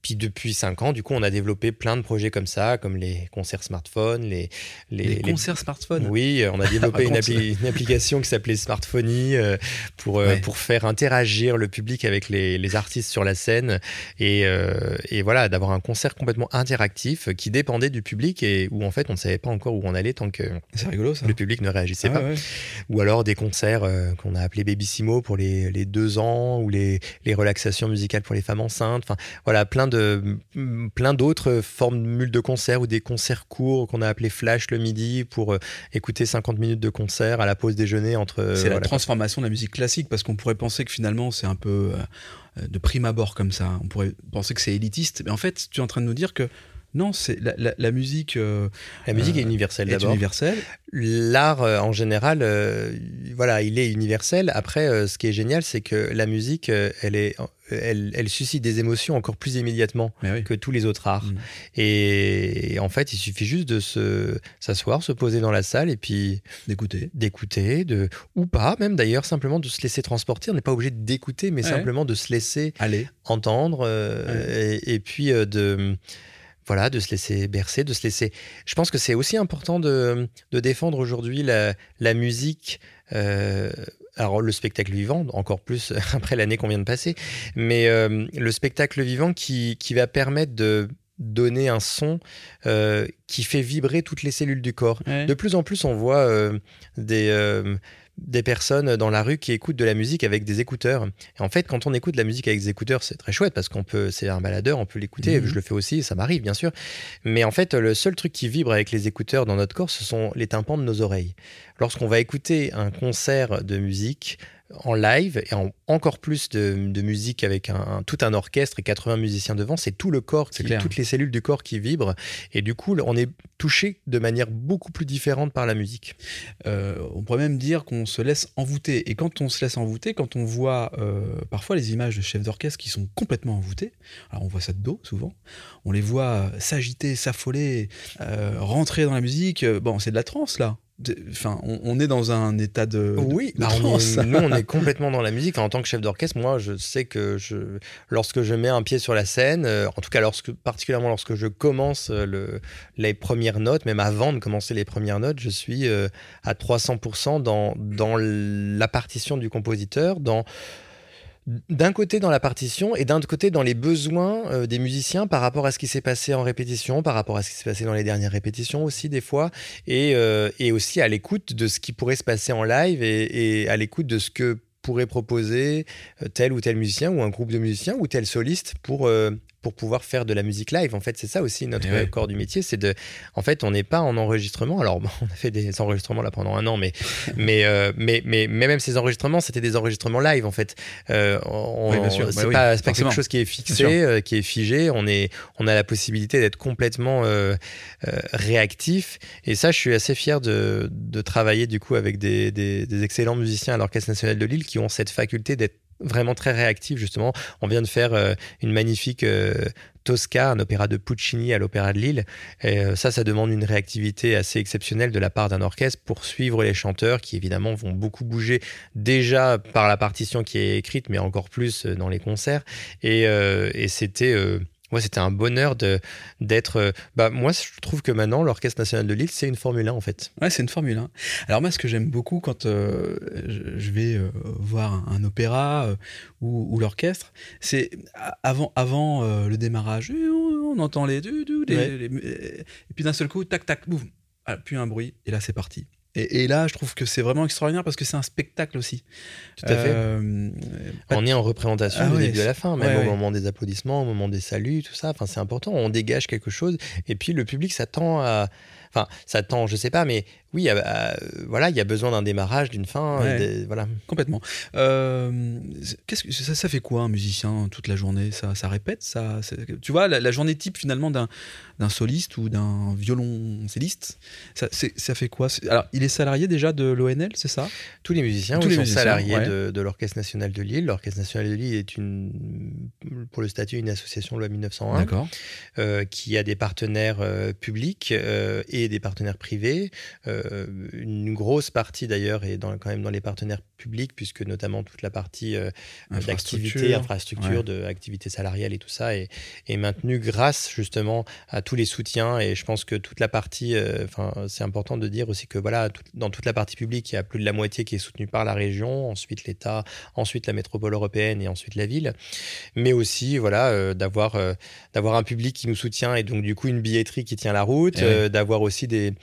puis depuis cinq ans, du coup, on a développé plein de projets comme ça, comme les concerts smartphones, les les, les concerts les... smartphones. Oui, on a développé une, appli... une application qui s'appelait Smartphony euh, pour euh, ouais. pour faire interagir le public avec les, les artistes sur la scène et euh, et voilà, d'avoir un concert complètement interactif qui dépendait du public et où en fait on ne savait pas encore où on allait tant que c'est rigolo, ça. Le public ne réagissait ah, pas. Ouais. Ou alors des concerts euh, qu'on a appelés Babysimo pour les les deux ans ou les les relaxations musicales pour les femmes enceintes. Enfin voilà, plein de plein d'autres formules de concerts ou des concerts courts qu'on a appelés flash le midi pour euh, écouter cinquante minutes de concert à la pause déjeuner entre. Euh, c'est voilà, la transformation de la musique classique parce qu'on pourrait penser que finalement c'est un peu euh, de prime abord comme ça. On pourrait penser que c'est élitiste, mais en fait tu es en train de nous dire que non, c'est la, la, la musique. Euh, la musique euh, est universelle est d'abord. Universelle. L'art euh, en général, euh, voilà, il est universel. Après, euh, ce qui est génial, c'est que la musique, euh, elle est, elle, elle suscite des émotions encore plus immédiatement oui. que tous les autres arts. Mmh. Et, et en fait, il suffit juste de se s'asseoir, se poser dans la salle et puis d'écouter, d'écouter, de ou pas, même d'ailleurs, simplement de se laisser transporter. On n'est pas obligé d'écouter, mais ouais. simplement de se laisser aller entendre euh, ouais. et, et puis euh, de Voilà, de se laisser bercer, de se laisser... Je pense que c'est aussi important de, de défendre aujourd'hui la, la musique, euh, alors le spectacle vivant, encore plus après l'année qu'on vient de passer, mais euh, le spectacle vivant qui, qui va permettre de donner un son euh, qui fait vibrer toutes les cellules du corps. Ouais. De plus en plus, on voit euh, des... Euh, des personnes dans la rue qui écoutent de la musique avec des écouteurs. Et en fait, quand on écoute de la musique avec des écouteurs, c'est très chouette parce qu'on peut, c'est un baladeur, on peut l'écouter. Mmh. Je le fais aussi, ça m'arrive bien sûr. Mais en fait, le seul truc qui vibre avec les écouteurs dans notre corps, ce sont les tympans de nos oreilles. Lorsqu'on va écouter un concert de musique en live et en, encore plus de, de musique avec un, un, tout un orchestre et quatre-vingts musiciens devant, c'est tout le corps, qui, toutes les cellules du corps qui vibrent et du coup on est touché de manière beaucoup plus différente par la musique. Euh, on pourrait même dire qu'on se laisse envoûter et quand on se laisse envoûter, quand on voit euh, parfois les images de chefs d'orchestre qui sont complètement envoûtés, alors on voit ça de dos souvent, on les voit s'agiter, s'affoler, euh, rentrer dans la musique, bon c'est de la transe là. Enfin, on, on est dans un état de. Oui, de bah on est, nous, on est complètement dans la musique. Enfin, en tant que chef d'orchestre, moi, je sais que je, lorsque je mets un pied sur la scène, euh, en tout cas, lorsque, particulièrement lorsque je commence le, les premières notes, même avant de commencer les premières notes, je suis euh, à trois cents pour cent dans, dans la partition du compositeur, dans. D'un côté dans la partition et d'un autre côté dans les besoins euh, des musiciens par rapport à ce qui s'est passé en répétition, par rapport à ce qui s'est passé dans les dernières répétitions aussi des fois, et, euh, et aussi à l'écoute de ce qui pourrait se passer en live et, et à l'écoute de ce que pourrait proposer tel ou tel musicien ou un groupe de musiciens ou tel soliste pour, euh, pour pouvoir faire de la musique live. En fait, c'est ça aussi notre ouais. corps du métier. C'est de, en fait, on n'est pas en enregistrement. Alors, bon, on a fait des enregistrements là pendant un an, mais, mais, euh, mais, mais, mais même ces enregistrements, c'était des enregistrements live en fait. Euh, on, oui, bien sûr. C'est bah, pas, oui, c'est pas quelque chose qui est fixé, euh, qui est figé. On, est, on a la possibilité d'être complètement euh, euh, réactif. Et ça, je suis assez fier de, de travailler du coup avec des, des, des excellents musiciens à l'Orchestre National de Lille qui ont cette faculté d'être vraiment très réactif justement. On vient de faire euh, une magnifique euh, Tosca, un opéra de Puccini à l'Opéra de Lille. Et euh, ça, ça demande une réactivité assez exceptionnelle de la part d'un orchestre pour suivre les chanteurs qui évidemment vont beaucoup bouger déjà par la partition qui est écrite, mais encore plus dans les concerts. Et, euh, et c'était... Euh, Ouais, c'était un bonheur de, d'être... Euh, bah, moi, je trouve que maintenant, l'Orchestre National de Lille, c'est une Formule un, en fait. Ouais, c'est une Formule un. Alors moi, ce que j'aime beaucoup quand euh, je, je vais euh, voir un, un opéra euh, ou, ou l'orchestre, c'est avant, avant euh, le démarrage, on entend les... les, ouais. les, les et puis d'un seul coup, tac, tac, boum, puis un bruit, et là, c'est parti. Et, et là, je trouve que c'est vraiment extraordinaire parce que c'est un spectacle aussi. Tout à fait. Euh, on est en représentation ah du ouais, début à la fin, même ouais, au ouais. moment des applaudissements, au moment des saluts, tout ça. Enfin, c'est important. On dégage quelque chose. Et puis, le public s'attend à... Enfin, s'attend, je sais pas, mais oui, euh, voilà, il y a besoin d'un démarrage, d'une fin. Ouais, des, voilà. Complètement. Euh, qu'est-ce que ça, ça fait quoi un musicien toute la journée ? Ça, ça répète ça, tu vois, la, la journée type finalement d'un, d'un soliste ou d'un violoncelliste, ça, c'est, ça fait quoi ? Alors, il il est salarié déjà de l'O N L, c'est ça? Tous les musiciens Tous oui, les sont musiciens, salariés ouais. de, de l'Orchestre National de Lille. L'Orchestre National de Lille est une, pour le statut une association loi mille neuf cent un. D'accord. Euh, qui a des partenaires euh, publics euh, et des partenaires privés. Euh, une grosse partie d'ailleurs est dans, quand même dans les partenaires publics, puisque notamment toute la partie euh, d'activité, infrastructure, ouais. de activité salariale et tout ça est, est maintenue grâce justement à tous les soutiens. Et je pense que toute la partie, enfin euh, c'est important de dire aussi que voilà, tout, dans toute la partie publique, il y a plus de la moitié qui est soutenue par la région, ensuite l'État, ensuite la métropole européenne et ensuite la ville. Mais aussi voilà, euh, d'avoir, euh, d'avoir un public qui nous soutient et donc du coup une billetterie qui tient la route, oui. euh, d'avoir aussi des,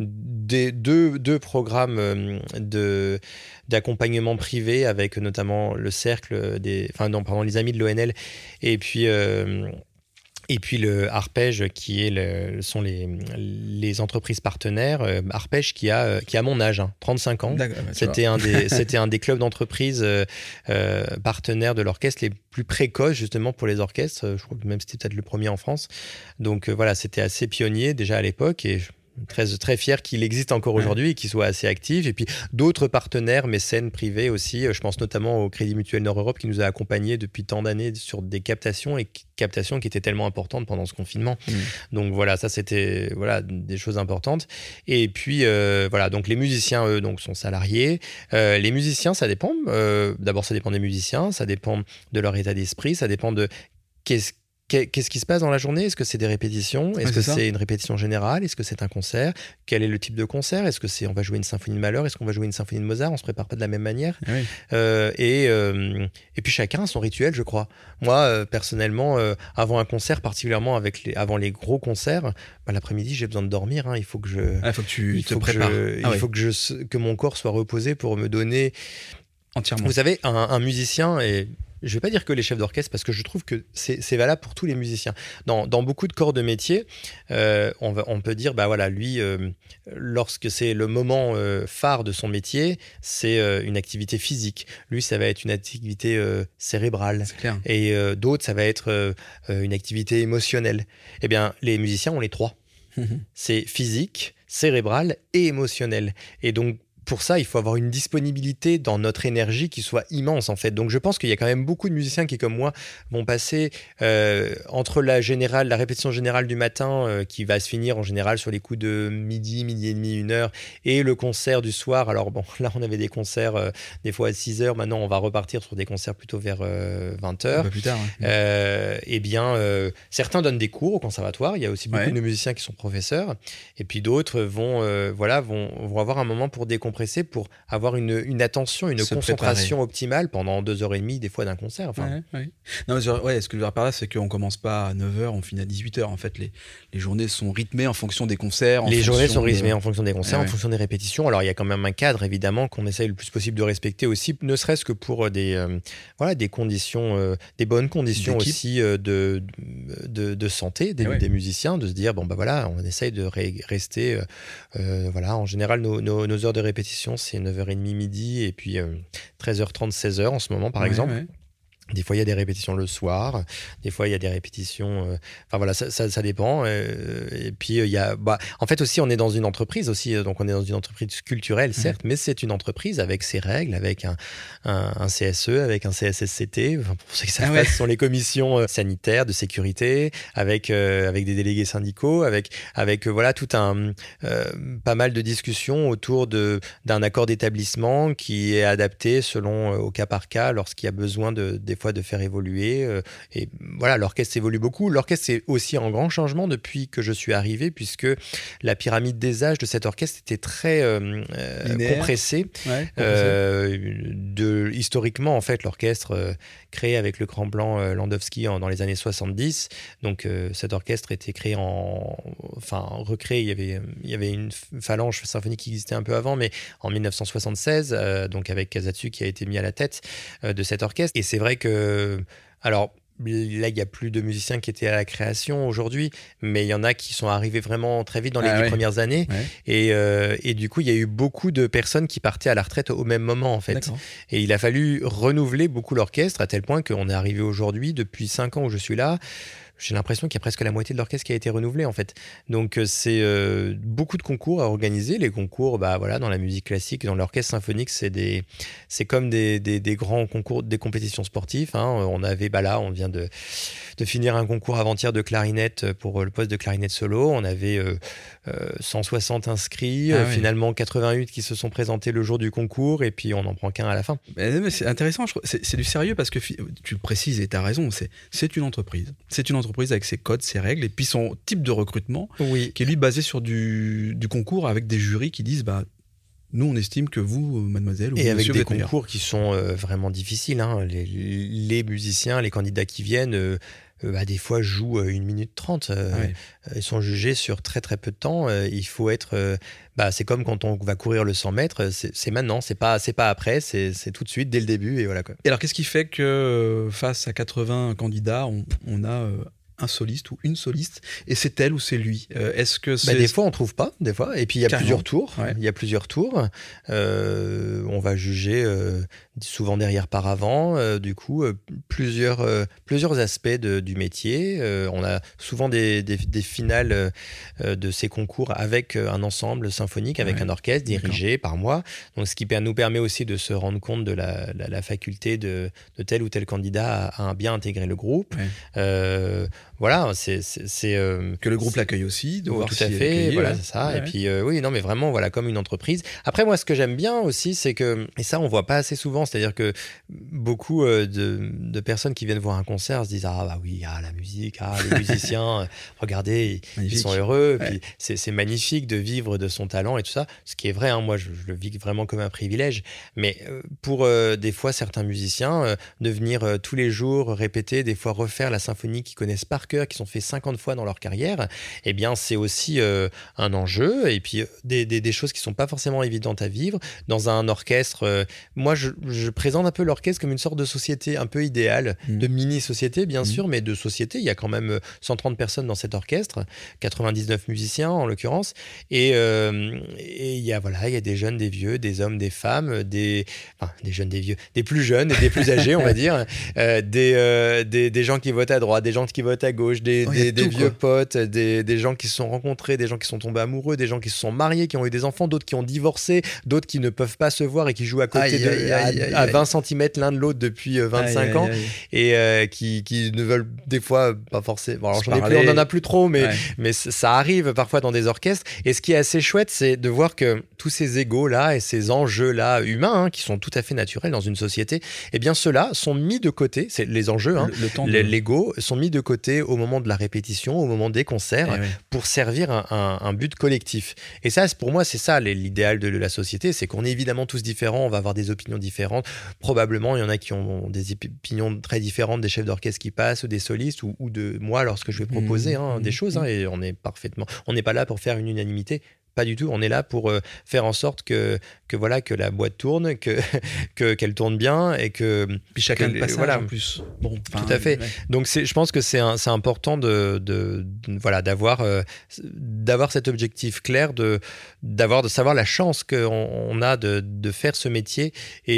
des deux, deux programmes euh, de, d'accompagnement privé avec notamment le cercle des, enfin non pardon les amis de l'O N L et puis euh, et puis le Arpège qui est le, sont les, les entreprises partenaires. euh, Arpège qui a qui a mon âge, hein, trente-cinq ans. Bah, c'était un des c'était un des clubs d'entreprises euh, euh, partenaires de l'orchestre les plus précoces justement pour les orchestres. Je crois que même c'était peut-être le premier en France. Donc euh, voilà, c'était assez pionnier déjà à l'époque et je, Très, très fier qu'il existe encore aujourd'hui et qu'il soit assez actif. Et puis d'autres partenaires, mécènes privés aussi. Je pense notamment au Crédit Mutuel Nord-Europe qui nous a accompagnés depuis tant d'années sur des captations et captations qui étaient tellement importantes pendant ce confinement. Mmh. Donc voilà, ça c'était voilà, des choses importantes. Et puis euh, voilà, donc les musiciens, eux, donc, sont salariés. Euh, les musiciens, ça dépend. Euh, d'abord, ça dépend des musiciens, ça dépend de leur état d'esprit, ça dépend de qu'est-ce Qu'est-ce qui se passe dans la journée? Est-ce que c'est des répétitions? Est-ce ouais, que c'est, c'est une répétition générale? Est-ce que c'est un concert? Quel est le type de concert? Est-ce que c'est on va jouer une symphonie de Mahler? Est-ce qu'on va jouer une symphonie de Mozart? On se prépare pas de la même manière. Oui. Euh, et, euh, et puis chacun a son rituel, je crois. Moi, euh, personnellement, euh, avant un concert, particulièrement avec les, avant les gros concerts, bah, l'après-midi, j'ai besoin de dormir. Hein. Il faut que je, ah, faut que tu il te faut prépares. Que je, ah, il oui. faut que, je, que mon corps soit reposé pour me donner entièrement. Vous savez, un, un musicien et je ne vais pas dire que les chefs d'orchestre, parce que je trouve que c'est, c'est valable pour tous les musiciens. Dans, dans beaucoup de corps de métier, euh, on, va, on peut dire, bah voilà, lui, euh, lorsque c'est le moment euh, phare de son métier, c'est euh, une activité physique. Lui, ça va être une activité euh, cérébrale. C'est clair. Et euh, d'autres, ça va être euh, une activité émotionnelle. Eh bien, les musiciens ont les trois. C'est physique, cérébral et émotionnel. Et donc, pour ça, il faut avoir une disponibilité dans notre énergie qui soit immense, en fait. Donc, je pense qu'il y a quand même beaucoup de musiciens qui, comme moi, vont passer euh, entre la générale, la répétition générale du matin, euh, qui va se finir en général sur les coups de midi, midi et demi, une heure, et le concert du soir. Alors, bon, là, on avait des concerts euh, des fois à six heures. Maintenant, on va repartir sur des concerts plutôt vers euh, vingt heures. Un peu plus tard, ouais. Euh, eh bien, euh, certains donnent des cours au conservatoire. Il y a aussi beaucoup ouais. de musiciens qui sont professeurs. Et puis d'autres vont, euh, voilà, vont, vont avoir un moment pour décompresser, pour avoir une, une attention, une Se concentration préparer. optimale pendant deux heures et demie, des fois, d'un concert. Enfin. Ouais, ouais. Non, mais, ouais, ce que je veux dire par là, c'est qu'on ne commence pas à neuf heures, on finit à dix-huit heures. En fait, les, les journées sont rythmées en fonction des concerts. En les journées sont de... rythmées en fonction des concerts, ouais, en ouais. fonction des répétitions. Alors, il y a quand même un cadre, évidemment, qu'on essaye le plus possible de respecter aussi, ne serait-ce que pour des, euh, voilà, des conditions, euh, des bonnes conditions D'équipe. aussi euh, de, de, de santé des, ouais. des musiciens, de se dire, bon, bah voilà, on essaye de ré- rester, euh, euh, voilà, en général, nos, nos, nos heures de répétition, c'est neuf heures trente, midi, et puis euh, treize heures trente, seize heures en ce moment, par ouais, exemple. Ouais. Des fois, il y a des répétitions le soir. Des fois, il y a des répétitions... Euh... Enfin, voilà, ça, ça, ça dépend. Euh... Et puis, il y a... Bah, en fait, aussi, on est dans une entreprise aussi. Donc, on est dans une entreprise culturelle, certes, mmh. mais c'est une entreprise avec ses règles, avec un, un, un C S E, avec un C S S C T. Enfin, pour ceux qui savent ah, pas, ouais. ce sont les commissions euh, sanitaires, de sécurité, avec, euh, avec des délégués syndicaux, avec, avec euh, voilà, tout un... Euh, pas mal de discussions autour de, d'un accord d'établissement qui est adapté selon, euh, au cas par cas, lorsqu'il y a besoin de... des fois de faire évoluer euh, et voilà, l'orchestre évolue beaucoup. L'orchestre est aussi en grand changement depuis que je suis arrivé, puisque la pyramide des âges de cet orchestre était très euh, compressée. Ouais, euh, de, historiquement, en fait, l'orchestre euh, créé avec le Grand Blanc euh, Landowski en, dans les années soixante-dix, donc euh, cet orchestre était créé en... enfin, recréé, il y avait, il y avait une phalange symphonique qui existait un peu avant, mais en dix-neuf cent soixante-seize, euh, donc avec Casatsu qui a été mis à la tête euh, de cet orchestre. Et c'est vrai que Euh, alors là, il n'y a plus de musiciens qui étaient à la création aujourd'hui, mais il y en a qui sont arrivés vraiment très vite dans les ah, dix ouais. premières années. Ouais. Et, euh, et du coup, il y a eu beaucoup de personnes qui partaient à la retraite au même moment, en fait. D'accord. Et il a fallu renouveler beaucoup l'orchestre, à tel point qu'on est arrivé aujourd'hui, depuis cinq ans où je suis là, j'ai l'impression qu'il y a presque la moitié de l'orchestre qui a été renouvelé en fait. Donc c'est euh, beaucoup de concours à organiser. Les concours, bah voilà, dans la musique classique, dans l'orchestre symphonique, c'est des, c'est comme des, des, des grands concours, des compétitions sportives. Hein. On avait, bah là, on vient de, de finir un concours avant-hier de clarinette pour le poste de clarinette solo. On avait euh, euh, cent soixante inscrits, ah, euh, oui. finalement quatre-vingt-huit qui se sont présentés le jour du concours, et puis on n'en prend qu'un à la fin. Mais, mais c'est intéressant, je, c'est, c'est du sérieux parce que tu le précises et tu as raison, c'est, c'est une entreprise. C'est une entreprise avec ses codes, ses règles, et puis son type de recrutement, oui. qui est lui basé sur du, du concours avec des jurys qui disent bah, nous on estime que vous, mademoiselle, ou et avec monsieur, des concours meilleur. Qui sont euh, vraiment difficiles. Hein. Les, les musiciens, les candidats qui viennent, euh, euh, bah, des fois jouent euh, une minute trente. Euh, ah ouais. euh, ils sont jugés sur très très peu de temps. Euh, il faut être. Euh, bah, c'est comme quand on va courir le cent mètres, c'est, c'est maintenant, c'est pas, c'est pas après, c'est, c'est tout de suite, dès le début. Et voilà, quoi. Et alors qu'est-ce qui fait que face à quatre-vingts candidats, on, on a. Euh, un soliste ou une soliste, et c'est elle ou c'est lui euh, est-ce que c'est... Bah, des fois on trouve pas, des fois, et puis il y a Carrément. plusieurs tours, ouais. il y a plusieurs tours, euh, on va juger euh, souvent derrière par avant, euh, du coup euh, plusieurs, euh, plusieurs aspects de, du métier, euh, on a souvent des, des, des finales euh, de ces concours avec un ensemble symphonique, avec ouais. un orchestre dirigé D'accord. par moi, donc ce qui nous permet aussi de se rendre compte de la, la, la faculté de, de tel ou tel candidat à, à bien intégrer le groupe. Ouais. Euh, Voilà, c'est, c'est, c'est euh, que le groupe l'accueille aussi, de oh, voir tout si à fait. Voilà, ouais. c'est ça. Ouais, et ouais. puis euh, oui, non, mais vraiment, voilà, comme une entreprise. Après, moi, ce que j'aime bien aussi, c'est que, et ça, on voit pas assez souvent, c'est-à-dire que beaucoup euh, de, de personnes qui viennent voir un concert se disent ah bah oui, ah la musique, ah les musiciens, regardez, ils sont heureux. Ouais. Puis c'est, c'est magnifique de vivre de son talent et tout ça. Ce qui est vrai, hein, moi, je, je le vis vraiment comme un privilège. Mais euh, pour euh, des fois certains musiciens, euh, de venir euh, tous les jours répéter, des fois refaire la symphonie qu'ils connaissent par cœur, qui sont fait cinquante fois dans leur carrière, eh bien c'est aussi euh, un enjeu, et puis des, des, des choses qui sont pas forcément évidentes à vivre dans un orchestre. Euh, moi je, je présente un peu l'orchestre comme une sorte de société un peu idéale, mmh. de mini-société bien mmh. sûr, mais de société. Il y a quand même cent trente personnes dans cet orchestre, quatre-vingt-dix-neuf musiciens en l'occurrence, et euh, et il y a voilà, il y a des jeunes, des vieux, des hommes, des femmes, des enfin, des jeunes, des vieux, des plus jeunes et des plus âgés, on va dire, euh, des, euh, des des gens qui votent à droite, des gens qui votent à gauche, des, oh, des, des tout, vieux quoi. potes, des, des gens qui se sont rencontrés, des gens qui sont tombés amoureux, des gens qui se sont mariés, qui ont eu des enfants, d'autres qui ont divorcé, d'autres qui ne peuvent pas se voir et qui jouent à côté aïe, de, aïe, aïe, à, aïe, à vingt centimètres l'un de l'autre depuis vingt-cinq aïe, ans aïe, aïe. et euh, qui, qui ne veulent des fois pas forcément. Bon, alors, j'en ai plus, on n'en a plus trop, mais, ouais. mais ça arrive parfois dans des orchestres. Et ce qui est assez chouette, c'est de voir que tous ces égos-là et ces enjeux-là humains, hein, qui sont tout à fait naturels dans une société, eh bien ceux-là sont mis de côté, c'est les enjeux, hein, le, le temps de... l'ego sont mis de côté au moment de la répétition, au moment des concerts, eh oui. pour servir un, un, un but collectif. Et ça, pour moi, c'est ça l'idéal de la société, c'est qu'on est évidemment tous différents, on va avoir des opinions différentes. Probablement, il y en a qui ont des opinions très différentes des chefs d'orchestre qui passent, ou des solistes, ou, ou de moi lorsque je vais proposer mmh. hein, des choses. Hein, et on est parfaitement, on n'est pas là pour faire une unanimité. Pas du tout. On est là pour euh, faire en sorte que que voilà que la boîte tourne, que que qu'elle tourne bien et que puis chacun que, le passage voilà. en plus. Bon, tout à fait. Ouais. Donc c'est, je pense que c'est un, c'est important de, de, de voilà d'avoir euh, d'avoir cet objectif clair, de d'avoir de savoir la chance qu'on on a de de faire ce métier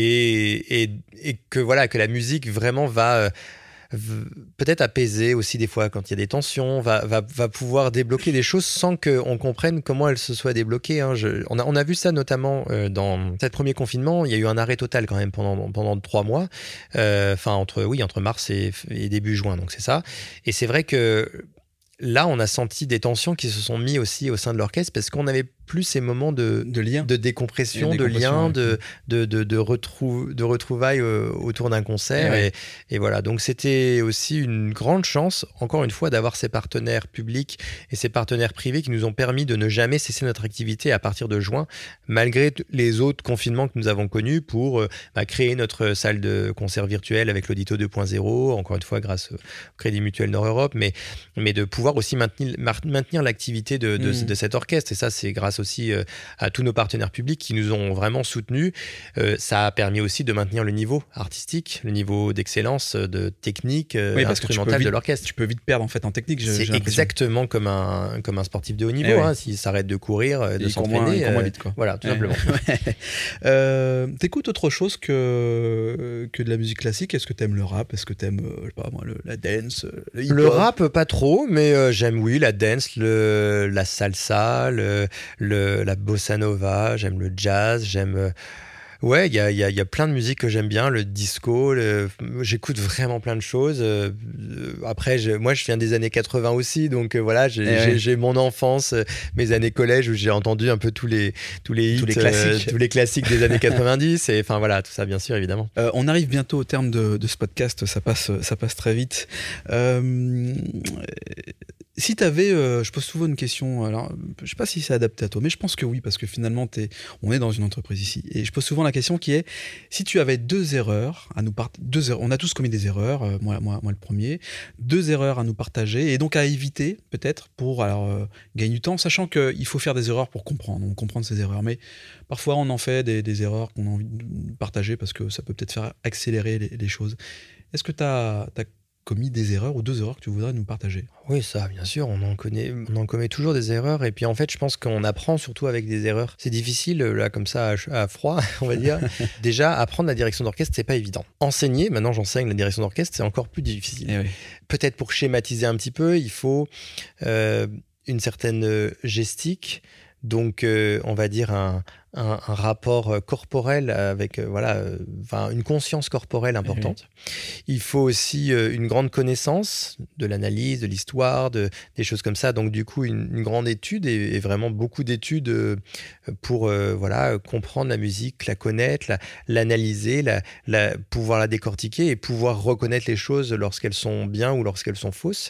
et et et que voilà que la musique vraiment va euh, peut-être apaiser aussi des fois quand il y a des tensions, va, va, va pouvoir débloquer des choses sans qu'on comprenne comment elles se soient débloquées. Hein. Je, on, a, on a vu ça notamment euh, dans ce premier confinement, il y a eu un arrêt total quand même pendant, pendant trois mois, enfin euh, entre, oui, entre mars et, et début juin, donc c'est ça. Et c'est vrai que là, on a senti des tensions qui se sont mises aussi au sein de l'orchestre parce qu'on n'avait plus ces moments de, de, lien. de décompression, de, décompression, de lien, ouais. de, de, de, de, retrou, de retrouvailles euh, autour d'un concert. Et, ouais. et, et voilà, donc c'était aussi une grande chance, encore une fois, d'avoir ces partenaires publics et ces partenaires privés qui nous ont permis de ne jamais cesser notre activité à partir de juin, malgré les autres confinements que nous avons connus pour euh, bah, créer notre salle de concert virtuelle avec l'Audito deux point zéro, encore une fois grâce au Crédit Mutuel Nord-Europe, mais, mais de pouvoir aussi maintenir, maintenir l'activité de, de, mmh. de cet orchestre. Et ça, c'est grâce grâce aussi euh, à tous nos partenaires publics qui nous ont vraiment soutenus. Euh, ça a permis aussi de maintenir le niveau artistique, le niveau d'excellence, de technique, euh, oui, instrumentale vite, de l'orchestre. Tu peux vite perdre en fait en technique. J'ai, c'est j'ai exactement comme un, comme un sportif de haut niveau. Eh hein, oui. S'il s'arrête de courir, de il s'entraîner, court moins, il court moins euh, vite, quoi. Voilà, tout ouais. simplement. Ouais. Euh, t'écoutes autre chose que, que de la musique classique? Est-ce que t'aimes le rap? Est-ce que t'aimes, euh, je sais pas moi, le, la dance, le hip-hop? Le rap, pas trop, mais euh, j'aime, oui, la dance, le, la salsa, le, le, la bossa nova, j'aime le jazz, j'aime... Euh, ouais, il y a, y, a, y a plein de musiques que j'aime bien, le disco, le, j'écoute vraiment plein de choses. Euh, après, je, moi, je viens des années quatre-vingts aussi, donc euh, voilà, j'ai, ouais. j'ai, j'ai mon enfance, euh, mes années collège, où j'ai entendu un peu tous les, tous les hits, tous les classiques, euh, tous les classiques des années quatre-vingt-dix, et enfin voilà, tout ça, bien sûr, évidemment. Euh, on arrive bientôt au terme de, de ce podcast, ça passe, ça passe très vite. Euh, Si tu avais, euh, je pose souvent une question, alors je sais pas si c'est adapté à toi, mais je pense que oui, parce que finalement, t'es, on est dans une entreprise ici. Et je pose souvent la question qui est, si tu avais deux erreurs à nous partager, deux erreurs, on a tous commis des erreurs, euh, moi, moi, moi le premier, deux erreurs à nous partager et donc à éviter peut-être pour alors, euh, gagner du temps, sachant qu'il faut faire des erreurs pour comprendre, donc comprendre ces erreurs. Mais parfois, on en fait des, des erreurs qu'on a envie de partager parce que ça peut peut-être faire accélérer les, les choses. Est-ce que tu as commis des erreurs ou deux erreurs que tu voudrais nous partager? Oui, ça, bien sûr, on en connaît, on en commet toujours des erreurs. Et puis en fait, je pense qu'on apprend surtout avec des erreurs. C'est difficile, là, comme ça, à, à froid, on va dire. Déjà, apprendre la direction d'orchestre, c'est pas évident. Enseigner, maintenant j'enseigne la direction d'orchestre, c'est encore plus difficile. Eh oui. Peut-être pour schématiser un petit peu, il faut euh, une certaine gestique. Donc, euh, on va dire un, un, un rapport corporel avec euh, voilà, euh, enfin, une conscience corporelle importante. Oui. Il faut aussi euh, une grande connaissance de l'analyse, de l'histoire, de, des choses comme ça. Donc, du coup, une, une grande étude et, et vraiment beaucoup d'études euh, pour euh, voilà, comprendre la musique, la connaître, la, l'analyser, la, la, pouvoir la décortiquer et pouvoir reconnaître les choses lorsqu'elles sont bien ou lorsqu'elles sont fausses.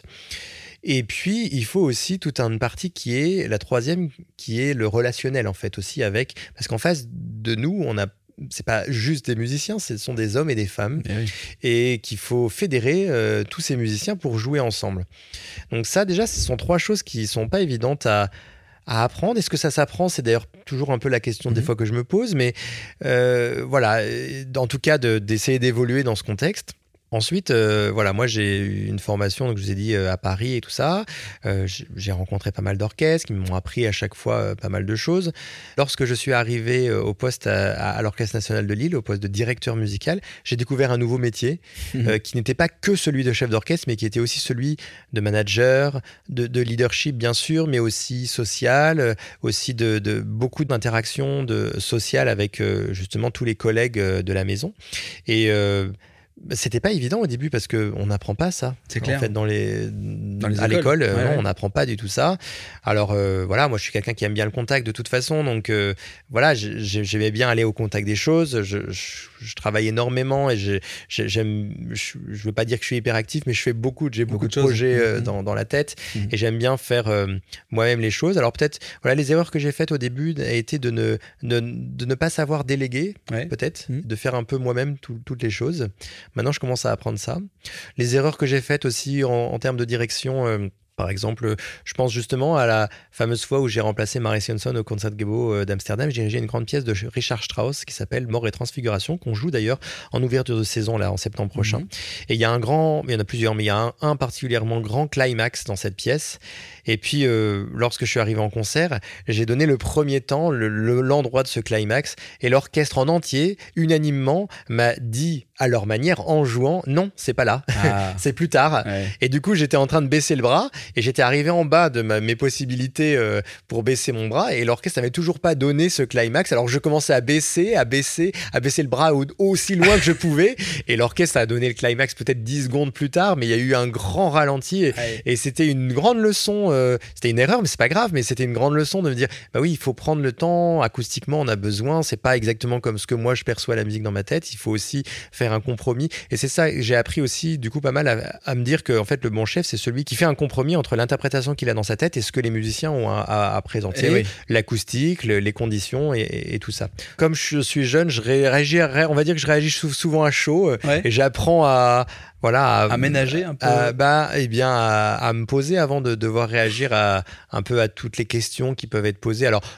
Et puis, il faut aussi toute une partie qui est, la troisième, qui est le relationnel, en fait, aussi avec... Parce qu'en face de nous, on a... C'est pas juste des musiciens, ce sont des hommes et des femmes. Et, oui. Et qu'il faut fédérer euh, tous ces musiciens pour jouer ensemble. Donc ça, déjà, ce sont trois choses qui sont pas évidentes à... à apprendre. Est-ce que ça s'apprend? C'est d'ailleurs toujours un peu la question mmh. des fois que je me pose. Mais euh, voilà, en tout cas, de, d'essayer d'évoluer dans ce contexte. Ensuite, euh, voilà, moi j'ai eu une formation, donc je vous ai dit, euh, à Paris et tout ça. Euh, j'ai rencontré pas mal d'orchestres qui m'ont appris à chaque fois euh, pas mal de choses. Lorsque je suis arrivé euh, au poste à, à l'Orchestre National de Lille, au poste de directeur musical, j'ai découvert un nouveau métier mmh. euh, qui n'était pas que celui de chef d'orchestre, mais qui était aussi celui de manager, de, de leadership bien sûr, mais aussi social, euh, aussi de, de beaucoup d'interactions de, sociales avec euh, justement tous les collègues euh, de la maison. Et euh, c'était pas évident au début parce qu'on n'apprend pas ça. C'est clair. En fait, dans les, dans les à écoles. l'école, ouais, euh, ouais. non, on n'apprend pas du tout ça. Alors euh, voilà, moi je suis quelqu'un qui aime bien le contact de toute façon, donc euh, voilà, j'aimais bien aller au contact des choses. Je, je, je travaille énormément et je, j'aime. Je, je veux pas dire que je suis hyperactif, mais je fais beaucoup. J'ai beaucoup, beaucoup de, de projets euh, mmh. dans, dans la tête mmh. et j'aime bien faire euh, moi-même les choses. Alors peut-être, voilà, les erreurs que j'ai faites au début a été de ne de, de ne pas savoir déléguer, ouais. peut-être, mmh. de faire un peu moi-même tout, toutes les choses. Maintenant, je commence à apprendre ça. Les erreurs que j'ai faites aussi en, en termes de direction, euh, par exemple, je pense justement à la fameuse fois où j'ai remplacé Mariss Jansson au Concertgebouw d'Amsterdam. J'ai dirigé une grande pièce de Richard Strauss qui s'appelle Mort et Transfiguration, qu'on joue d'ailleurs en ouverture de saison là en septembre prochain. Mmh. Et il y a un grand, il y en a plusieurs, mais il y a un, un particulièrement grand climax dans cette pièce. Et puis, euh, lorsque je suis arrivé en concert, j'ai donné le premier temps, le, le, l'endroit de ce climax, et l'orchestre en entier, unanimement, m'a dit à leur manière, en jouant, non, c'est pas là, ah. c'est plus tard. Ouais. Et du coup, j'étais en train de baisser le bras, et j'étais arrivé en bas de ma, mes possibilités euh, pour baisser mon bras, et l'orchestre n'avait toujours pas donné ce climax. Alors je commençais à baisser, à baisser, à baisser le bras au, aussi loin que je pouvais, et l'orchestre a donné le climax peut-être dix secondes plus tard, mais il y a eu un grand ralenti, et, ouais. et c'était une grande leçon. Euh, c'était une erreur, mais c'est pas grave, mais c'était une grande leçon de me dire, bah oui, il faut prendre le temps, acoustiquement, on a besoin, c'est pas exactement comme ce que moi je perçois la musique dans ma tête, il faut aussi faire un compromis. Et c'est ça que j'ai appris aussi, du coup, pas mal à, à me dire que, en fait, le bon chef, c'est celui qui fait un compromis entre l'interprétation qu'il a dans sa tête et ce que les musiciens ont à, à, à présenter, oui. l'acoustique, le, les conditions et, et, et tout ça. Comme je suis jeune, je réagis, on va dire que je réagis souvent à chaud, ouais. et j'apprends à Voilà, à, à ménager un peu. À, bah, eh bien, à, à me poser avant de devoir réagir à, un peu à toutes les questions qui peuvent être posées. Alors,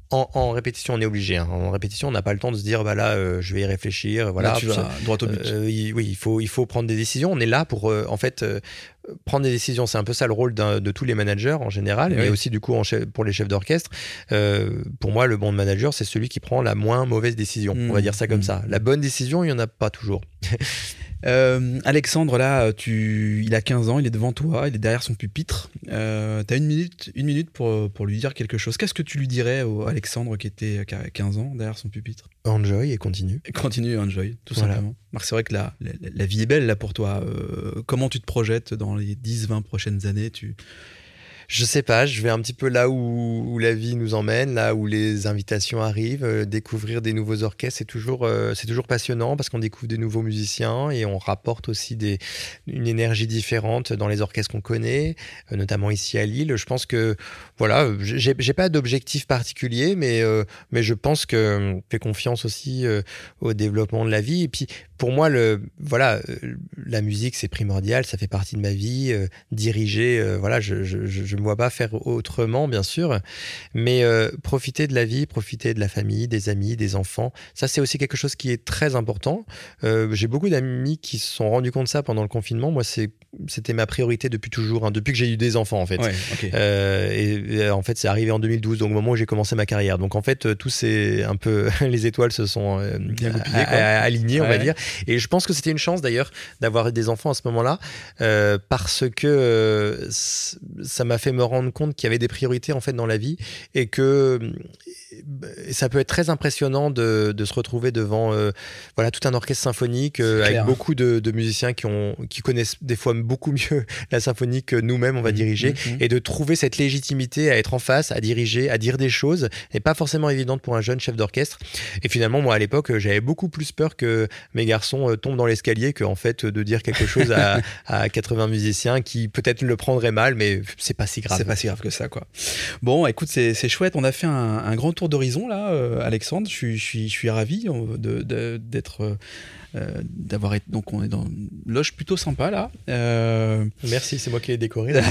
En, en répétition, on est obligé. Hein. En répétition, on n'a pas le temps de se dire, bah là, euh, je vais y réfléchir. Voilà, là, tu vas droit au but. Euh, il, oui, il faut, il faut prendre des décisions. On est là pour, euh, en fait, euh, prendre des décisions. C'est un peu ça le rôle de tous les managers en général, et mais oui. aussi du coup en chef, pour les chefs d'orchestre. Euh, pour moi, le bon manager, c'est celui qui prend la moins mauvaise décision. Mmh. On va dire ça comme mmh. ça. La bonne décision, il n'y en a pas toujours. Euh, Alexandre, là, tu... il a quinze ans, il est devant toi, il est derrière son pupitre. Euh, tu as une minute, une minute pour, pour lui dire quelque chose. Qu'est-ce que tu lui dirais au Alexandre qui, était, qui a quinze ans derrière son pupitre ? Enjoy et continue. Et continue et enjoy, tout voilà. simplement. Marc, c'est vrai que la, la, la vie est belle là pour toi. Euh, comment tu te projettes dans les dix vingt prochaines années ? tu... Je sais pas, je vais un petit peu là où, où la vie nous emmène, là où les invitations arrivent. Euh, découvrir des nouveaux orchestres, c'est toujours, euh, c'est toujours passionnant parce qu'on découvre des nouveaux musiciens et on rapporte aussi des, une énergie différente dans les orchestres qu'on connaît, euh, notamment ici à Lille. Je pense que, voilà, j'ai, j'ai pas d'objectif particulier, mais, euh, mais je pense que je fais confiance aussi euh, au développement de la vie. Et puis, pour moi, le, voilà, la musique, c'est primordial, ça fait partie de ma vie. Euh, diriger, euh, voilà, je, je, je me vois pas faire autrement, bien sûr, mais euh, profiter de la vie, profiter de la famille, des amis, des enfants, ça c'est aussi quelque chose qui est très important. Euh, j'ai beaucoup d'amis qui se sont rendus compte de ça pendant le confinement. Moi, c'est, c'était ma priorité depuis toujours, hein, depuis que j'ai eu des enfants en fait. Ouais, okay. euh, et, et en fait, c'est arrivé en deux mille douze, donc au moment où j'ai commencé ma carrière. Donc en fait, tout c'est un peu les étoiles se sont euh, bien goupillées, quoi. alignées, on ouais. va dire. Et je pense que c'était une chance d'ailleurs d'avoir des enfants à ce moment-là, euh, parce que euh, ça m'a fait me rendre compte qu'il y avait des priorités en fait dans la vie et que et ça peut être très impressionnant de, de se retrouver devant euh, voilà, tout un orchestre symphonique euh, avec beaucoup de, de musiciens qui, ont, qui connaissent des fois beaucoup mieux la symphonie que nous-mêmes on va mmh, diriger mmh. et de trouver cette légitimité à être en face, à diriger, à dire des choses n'est pas forcément évidente pour un jeune chef d'orchestre. Et finalement, moi à l'époque, j'avais beaucoup plus peur que mes garçons euh, tombent dans l'escalier que en fait, de dire quelque chose à, à quatre-vingts musiciens qui peut-être le prendraient mal, mais c'est pas si grave. C'est pas si grave que ça, quoi. Bon, écoute, c'est, c'est chouette. On a fait un, un grand tour d'horizon, là, euh, Alexandre. Je suis, je suis, je suis ravi de, de, d'être... Euh, d'avoir été, donc on est dans une loge plutôt sympa là. Euh... Merci, c'est moi qui l'ai décoré.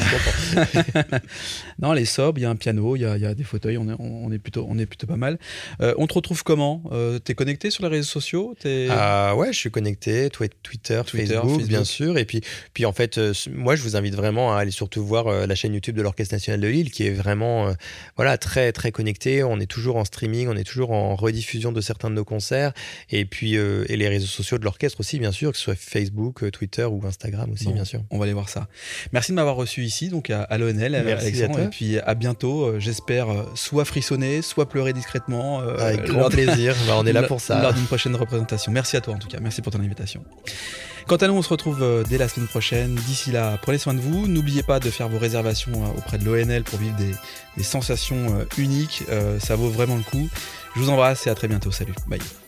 Non, elle est sobre, il y a un piano, il y a, il y a des fauteuils, on est, on est plutôt, on est plutôt pas mal. Euh, on te retrouve comment ? euh, T'es connecté sur les réseaux sociaux ? T'es... Ah ouais, je suis connecté, Twitter, Twitter Facebook, Facebook, bien sûr. Et puis, puis en fait, euh, moi je vous invite vraiment à aller surtout voir euh, la chaîne YouTube de l'Orchestre National de Lille, qui est vraiment, euh, voilà, très très connectée. On est toujours en streaming, on est toujours en rediffusion de certains de nos concerts. Et puis euh, et les réseaux sociaux de l'orchestre aussi, bien sûr, que ce soit Facebook, Twitter ou Instagram aussi, bon, bien sûr. On va aller voir ça. Merci de m'avoir reçu ici, donc à, à l'O N L, Alexandre, et puis à bientôt. Euh, j'espère euh, soit frissonner, soit pleurer discrètement. Euh, Avec grand plaisir. Bah, on est là pour ça. Lors d'une prochaine représentation. Merci à toi en tout cas. Merci pour ton invitation. Quant à nous, on se retrouve euh, dès la semaine prochaine. D'ici là, prenez soin de vous. N'oubliez pas de faire vos réservations euh, auprès de l'O N L pour vivre des, des sensations euh, uniques. Euh, ça vaut vraiment le coup. Je vous embrasse et à très bientôt. Salut. Bye.